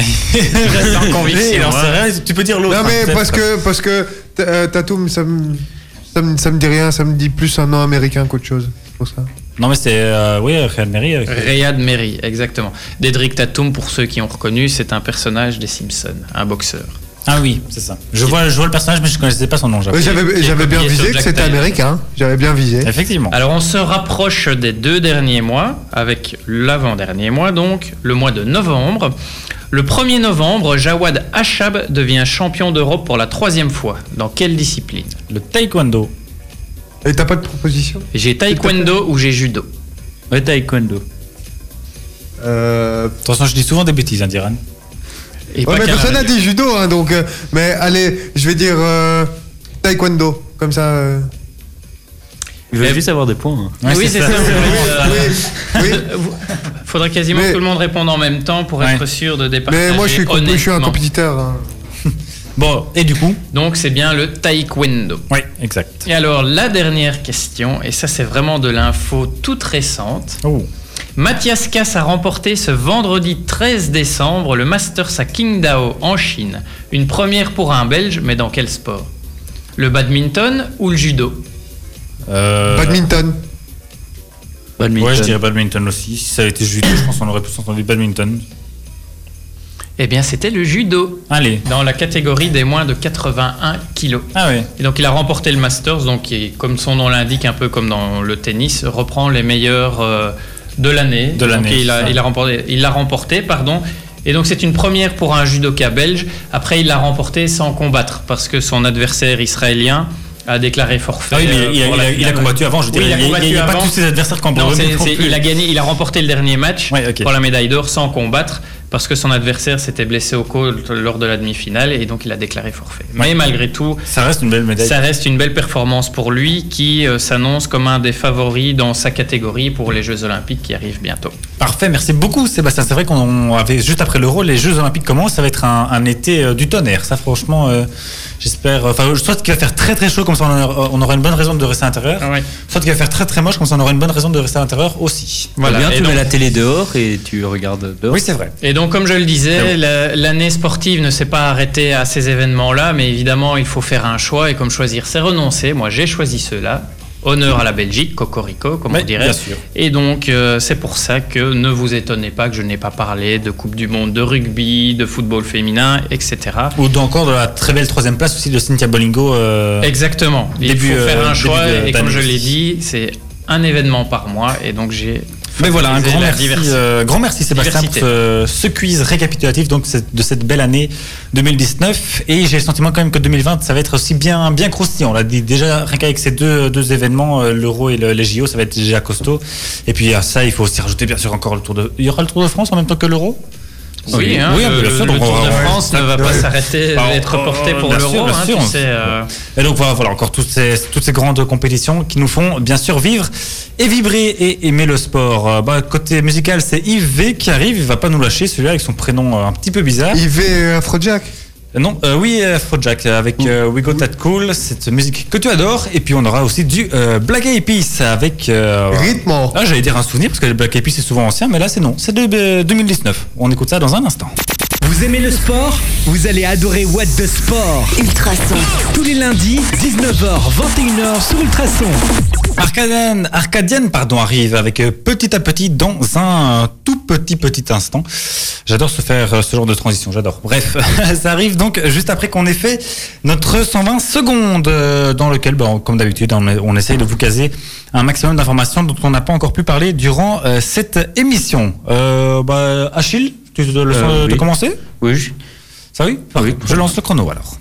Reste en conviction, Il en hein. sait rien, tu peux dire l'autre. Non, hein, mais peut-être. parce que, parce que t- euh, Tatum, ça me, ça, me, ça me dit rien, ça me dit plus un nom américain qu'autre chose. C'est pour ça. Non, mais c'est... euh, oui, Real Meri. euh, Riyad Mehri, exactement. Dedrick Tatum, pour ceux qui ont reconnu, c'est un personnage des Simpsons, un boxeur. Ah oui, c'est ça. Je vois, je vois le personnage, mais je ne connaissais pas son nom. j'avoue. Oui, j'avais, qui est j'avais bien copié sur visé que Jack c'était Tyler. américain. J'avais bien visé. Effectivement. Alors on se rapproche des deux derniers mois, avec l'avant-dernier mois, donc le mois de novembre. Le premier novembre, Jawad Achab devient champion d'Europe pour la troisième fois. Dans quelle discipline? Le taekwondo. Et t'as pas de proposition J'ai taekwondo ou j'ai judo? Ouais, taekwondo. euh... Attention, je dis souvent des bêtises, hein, Diran. Et Ouais, pas mais qu'un personne n'a radio. dit judo, hein, donc. euh, mais allez, je vais dire euh, taekwondo. Comme ça. euh, Il veut Mais- juste avoir des points. hein. Ouais, Oui, c'est ça. oui, oui. Faudrait quasiment Mais- que tout le monde réponde en même temps pour Ouais. être sûr de départager. Mais moi, je suis, comp- je suis un honnêtement. compétiteur. hein. Bon, et du coup? Donc c'est bien le taekwondo. Oui, exact. Et alors la dernière question, et ça c'est vraiment de l'info toute récente. Oh. Mathias Cass a remporté ce vendredi treize décembre le Masters à Qingdao en Chine. Une première pour un Belge, mais dans quel sport? Le badminton ou le judo? Euh, Badminton. Badminton. Ouais, je dirais badminton aussi. Si ça avait été judo, je pense qu'on aurait plus entendu badminton. Eh bien, c'était le judo. Allez. Dans la catégorie des moins de quatre-vingt-un kilos. Ah ouais. Et donc, il a remporté le Masters, donc qui, comme son nom l'indique, un peu comme dans le tennis, reprend les meilleurs euh, de l'année. De l'année. Donc, il a, il a remporté, il l'a remporté, pardon. Et donc, c'est une première pour un judoka belge. Après, il l'a remporté sans combattre, parce que son adversaire israélien a déclaré forfait. Ah oui, mais il, a, pour il, la a, il a finale. combattu avant, je Oui, dirais. il a combattu il n'y a, pas avant. tous ses adversaires qui ont Non, c'est- non c'est- plus. il a gagné, il a remporté le dernier match Ouais, ok. pour la médaille d'or sans combattre parce que son adversaire s'était blessé au côte lors de la demi-finale et donc il a déclaré forfait. Ouais. Mais malgré tout, Ça reste une belle médaille. ça reste une belle performance pour lui qui euh, s'annonce comme un des favoris dans sa catégorie pour les Jeux Olympiques qui arrivent bientôt. Parfait, merci beaucoup Sébastien. C'est vrai qu'on avait juste après l'Euro, les Jeux Olympiques commencent, ça va être un, un été euh, du tonnerre. Ça franchement, euh, j'espère. Enfin, soit qu'il va faire très très chaud, comme ça on aura, on aura une bonne raison de rester à l'intérieur. Ah ouais. Soit qu'il va faire très très moche, comme ça on aura une bonne raison de rester à l'intérieur aussi. Voilà. Bien, Et tu donc- mets la télé dehors et tu regardes dehors. Oui, c'est vrai. Et donc, comme je le disais, C'est bon. la- l'année sportive ne s'est pas arrêtée à ces événements-là, mais évidemment, il faut faire un choix. Et comme choisir, c'est renoncer. Moi, j'ai choisi ceux-là. Honneur à la Belgique, cocorico, comme Ouais, on dirait. bien sûr. Et donc, euh, c'est pour ça que ne vous étonnez pas que je n'ai pas parlé de Coupe du Monde, de rugby, de football féminin, et cetera. Ou encore de la très belle troisième place aussi de Cynthia Bolingo. euh, Exactement. Il début, faut faire euh, un choix. début de- Et comme je d'année. l'ai dit, c'est un événement par mois. Et donc, j'ai. Mais voilà, un favorisé grand la merci, diversité. euh, grand merci Sébastien Diversité. pour ce, ce quiz récapitulatif donc, cette- de cette belle année deux mille dix-neuf. Et j'ai le sentiment quand même que deux mille vingt, ça va être aussi bien, bien croustillant. On l'a dit déjà, rien qu'avec ces deux, deux événements, euh, l'Euro et le, les J O, ça va être déjà costaud. Et puis à ça, il faut aussi rajouter bien sûr encore le Tour de... Il y aura le Tour de France en même temps que l'Euro? Oui, hein, oui, le, bien sûr, le donc on Tour va- de ouais. France ne va pas Ouais. s'arrêter Bah, d'être on- reporté pour bien sûr, l'Euro. bien hein, sûr, tu on- sais, euh, Et donc voilà, voilà encore toutes ces, toutes ces grandes compétitions qui nous font bien sûr vivre et vibrer et aimer le sport. Euh, bah, côté musical, c'est Yves V qui arrive, il va pas nous lâcher, celui-là avec son prénom euh, un petit peu bizarre. Yves euh, Afrojack. Euh, Non, euh, oui, Afrojack avec euh, We Got That Cool, cette musique que tu adores. Et puis on aura aussi du euh, Black Eyed Peas avec. euh, Rythme. Ah, j'allais dire un souvenir parce que le Black Eyed Peas c'est souvent ancien, mais là c'est non, c'est de euh, deux mille dix-neuf. On écoute ça dans un instant. Vous aimez le sport? Vous allez adorer What the Sport. Ultrason. Tous les lundis, dix-neuf heures, vingt et une heures sur Ultrason. Arcadienne, Arcadienne pardon, arrive avec euh, petit à petit dans un euh, tout petit petit instant. J'adore se faire euh, ce genre de transition, j'adore. Bref, ça arrive donc juste après qu'on ait fait notre cent vingt secondes euh, dans lequel, bon, comme d'habitude, on, on essaye de vous caser un maximum d'informations dont on n'a pas encore pu parler durant euh, cette émission. Euh, bah, Achille, tu te le Euh, sens de oui. commencer? Oui, je- Ça oui? Oui. Je lance le chrono alors.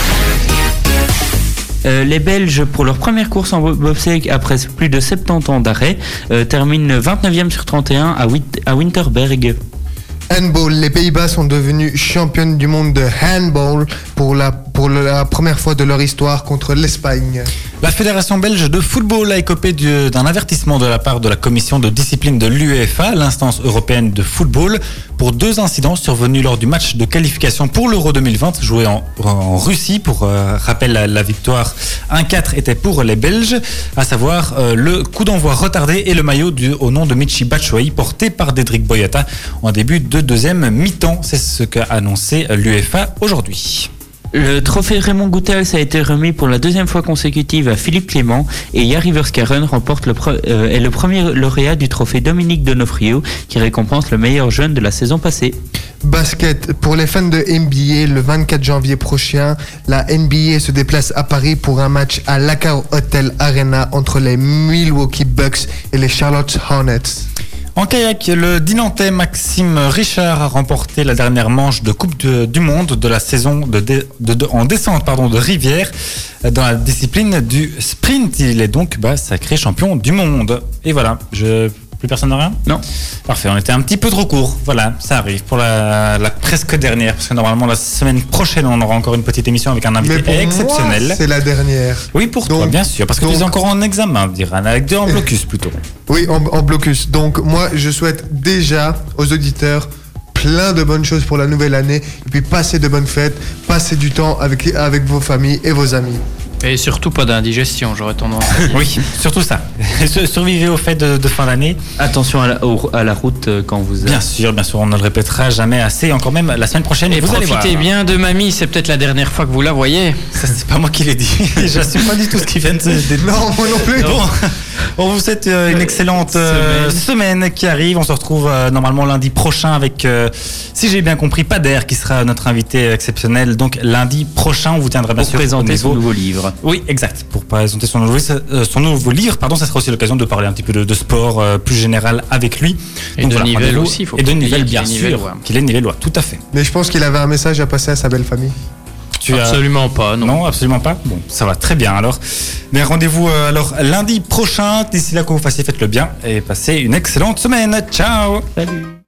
Euh, les Belges, pour leur première course en bo- bobsleigh après plus de soixante-dix ans d'arrêt, euh, terminent vingt-neuvième sur trente et un à, Wit- à Winterberg. Handball, les Pays-Bas sont devenus championnes du monde de handball pour la, pour la première fois de leur histoire contre l'Espagne. La Fédération belge de football a écopé du- d'un avertissement de la part de la commission de discipline de l'UEFA, l'instance européenne de football, pour deux incidents survenus lors du match de qualification pour l'Euro deux mille vingt, joué en, en Russie. Pour euh, rappel, la, la victoire un quatre était pour les Belges, à savoir euh, le coup d'envoi retardé et le maillot du, au nom de Michy Batshuayi, porté par Dédric Boyata en début de deuxième mi-temps. C'est ce qu'a annoncé l'UEFA aujourd'hui. Le trophée Raymond Goethals a été remis pour la deuxième fois consécutive à Philippe Clément et Jari Verskaren remporte le pre- euh, est le premier lauréat du trophée Dominique Donofrio qui récompense le meilleur jeune de la saison passée. Basket, pour les fans de N B A, le vingt-quatre janvier prochain, la N B A se déplace à Paris pour un match à l'Accor Hotel Arena entre les Milwaukee Bucks et les Charlotte Hornets. En kayak, le Dinantais Maxime Richard a remporté la dernière manche de Coupe de- du Monde de la saison de, dé- de- de- en descente pardon, de rivière dans la discipline du sprint. Il est donc bah, sacré champion du monde. Et voilà, je... plus personne n'a rien? Non. Parfait, on était un petit peu trop court. Voilà, ça arrive pour la, la presque dernière, parce que normalement la semaine prochaine on aura encore une petite émission avec un invité Mais pour exceptionnel. moi, c'est la dernière. Oui, pour Donc- toi, bien sûr, parce que tu es donc- encore en examen, dire, avec deux en blocus plutôt. Oui, en, en blocus. Donc moi, je souhaite déjà aux auditeurs plein de bonnes choses pour la nouvelle année et puis passer de bonnes fêtes, passer du temps avec, avec vos familles et vos amis. Et surtout pas d'indigestion, j'aurais tendance à dire. Oui, surtout ça. Survivez aux fêtes de, de fin d'année. Attention à la, au- à la route euh, quand vous... Bien sûr, bien sûr, on ne le répétera jamais assez. Encore même la semaine prochaine. Et vous allez profitez voir. bien de mamie, c'est peut-être la dernière fois que vous la voyez. Ça, c'est pas moi qui l'ai dit. J'assume pas du tout ce qui vient de se dire. Non, moi non plus. Bon, on vous souhaite euh, une excellente euh, semaine. qui arrive. On se retrouve euh, normalement lundi prochain avec, euh, si j'ai bien compris, Pader qui sera notre invité exceptionnel. Donc lundi prochain, on vous tiendra bien Pour sûr présenter au son niveau- nouveau livre. Oui, exact. Pour présenter son nouveau, euh, son nouveau livre, pardon, ça sera aussi l'occasion de parler un petit peu de, de sport euh, plus général avec lui. Et de Nivelles rendez-vous. aussi, faut Et de pas oublier Nivelles, qu'il bien est sûr. nivellois. Qu'il est nivellois, tout à fait. Mais je pense qu'il avait un message à passer à sa belle famille. Tu as- Absolument pas, non. Non, absolument pas. Bon, ça va très bien alors. Mais rendez-vous euh, alors lundi prochain. D'ici là, que vous fassiez, faites-le bien et passez une excellente semaine. Ciao. Salut.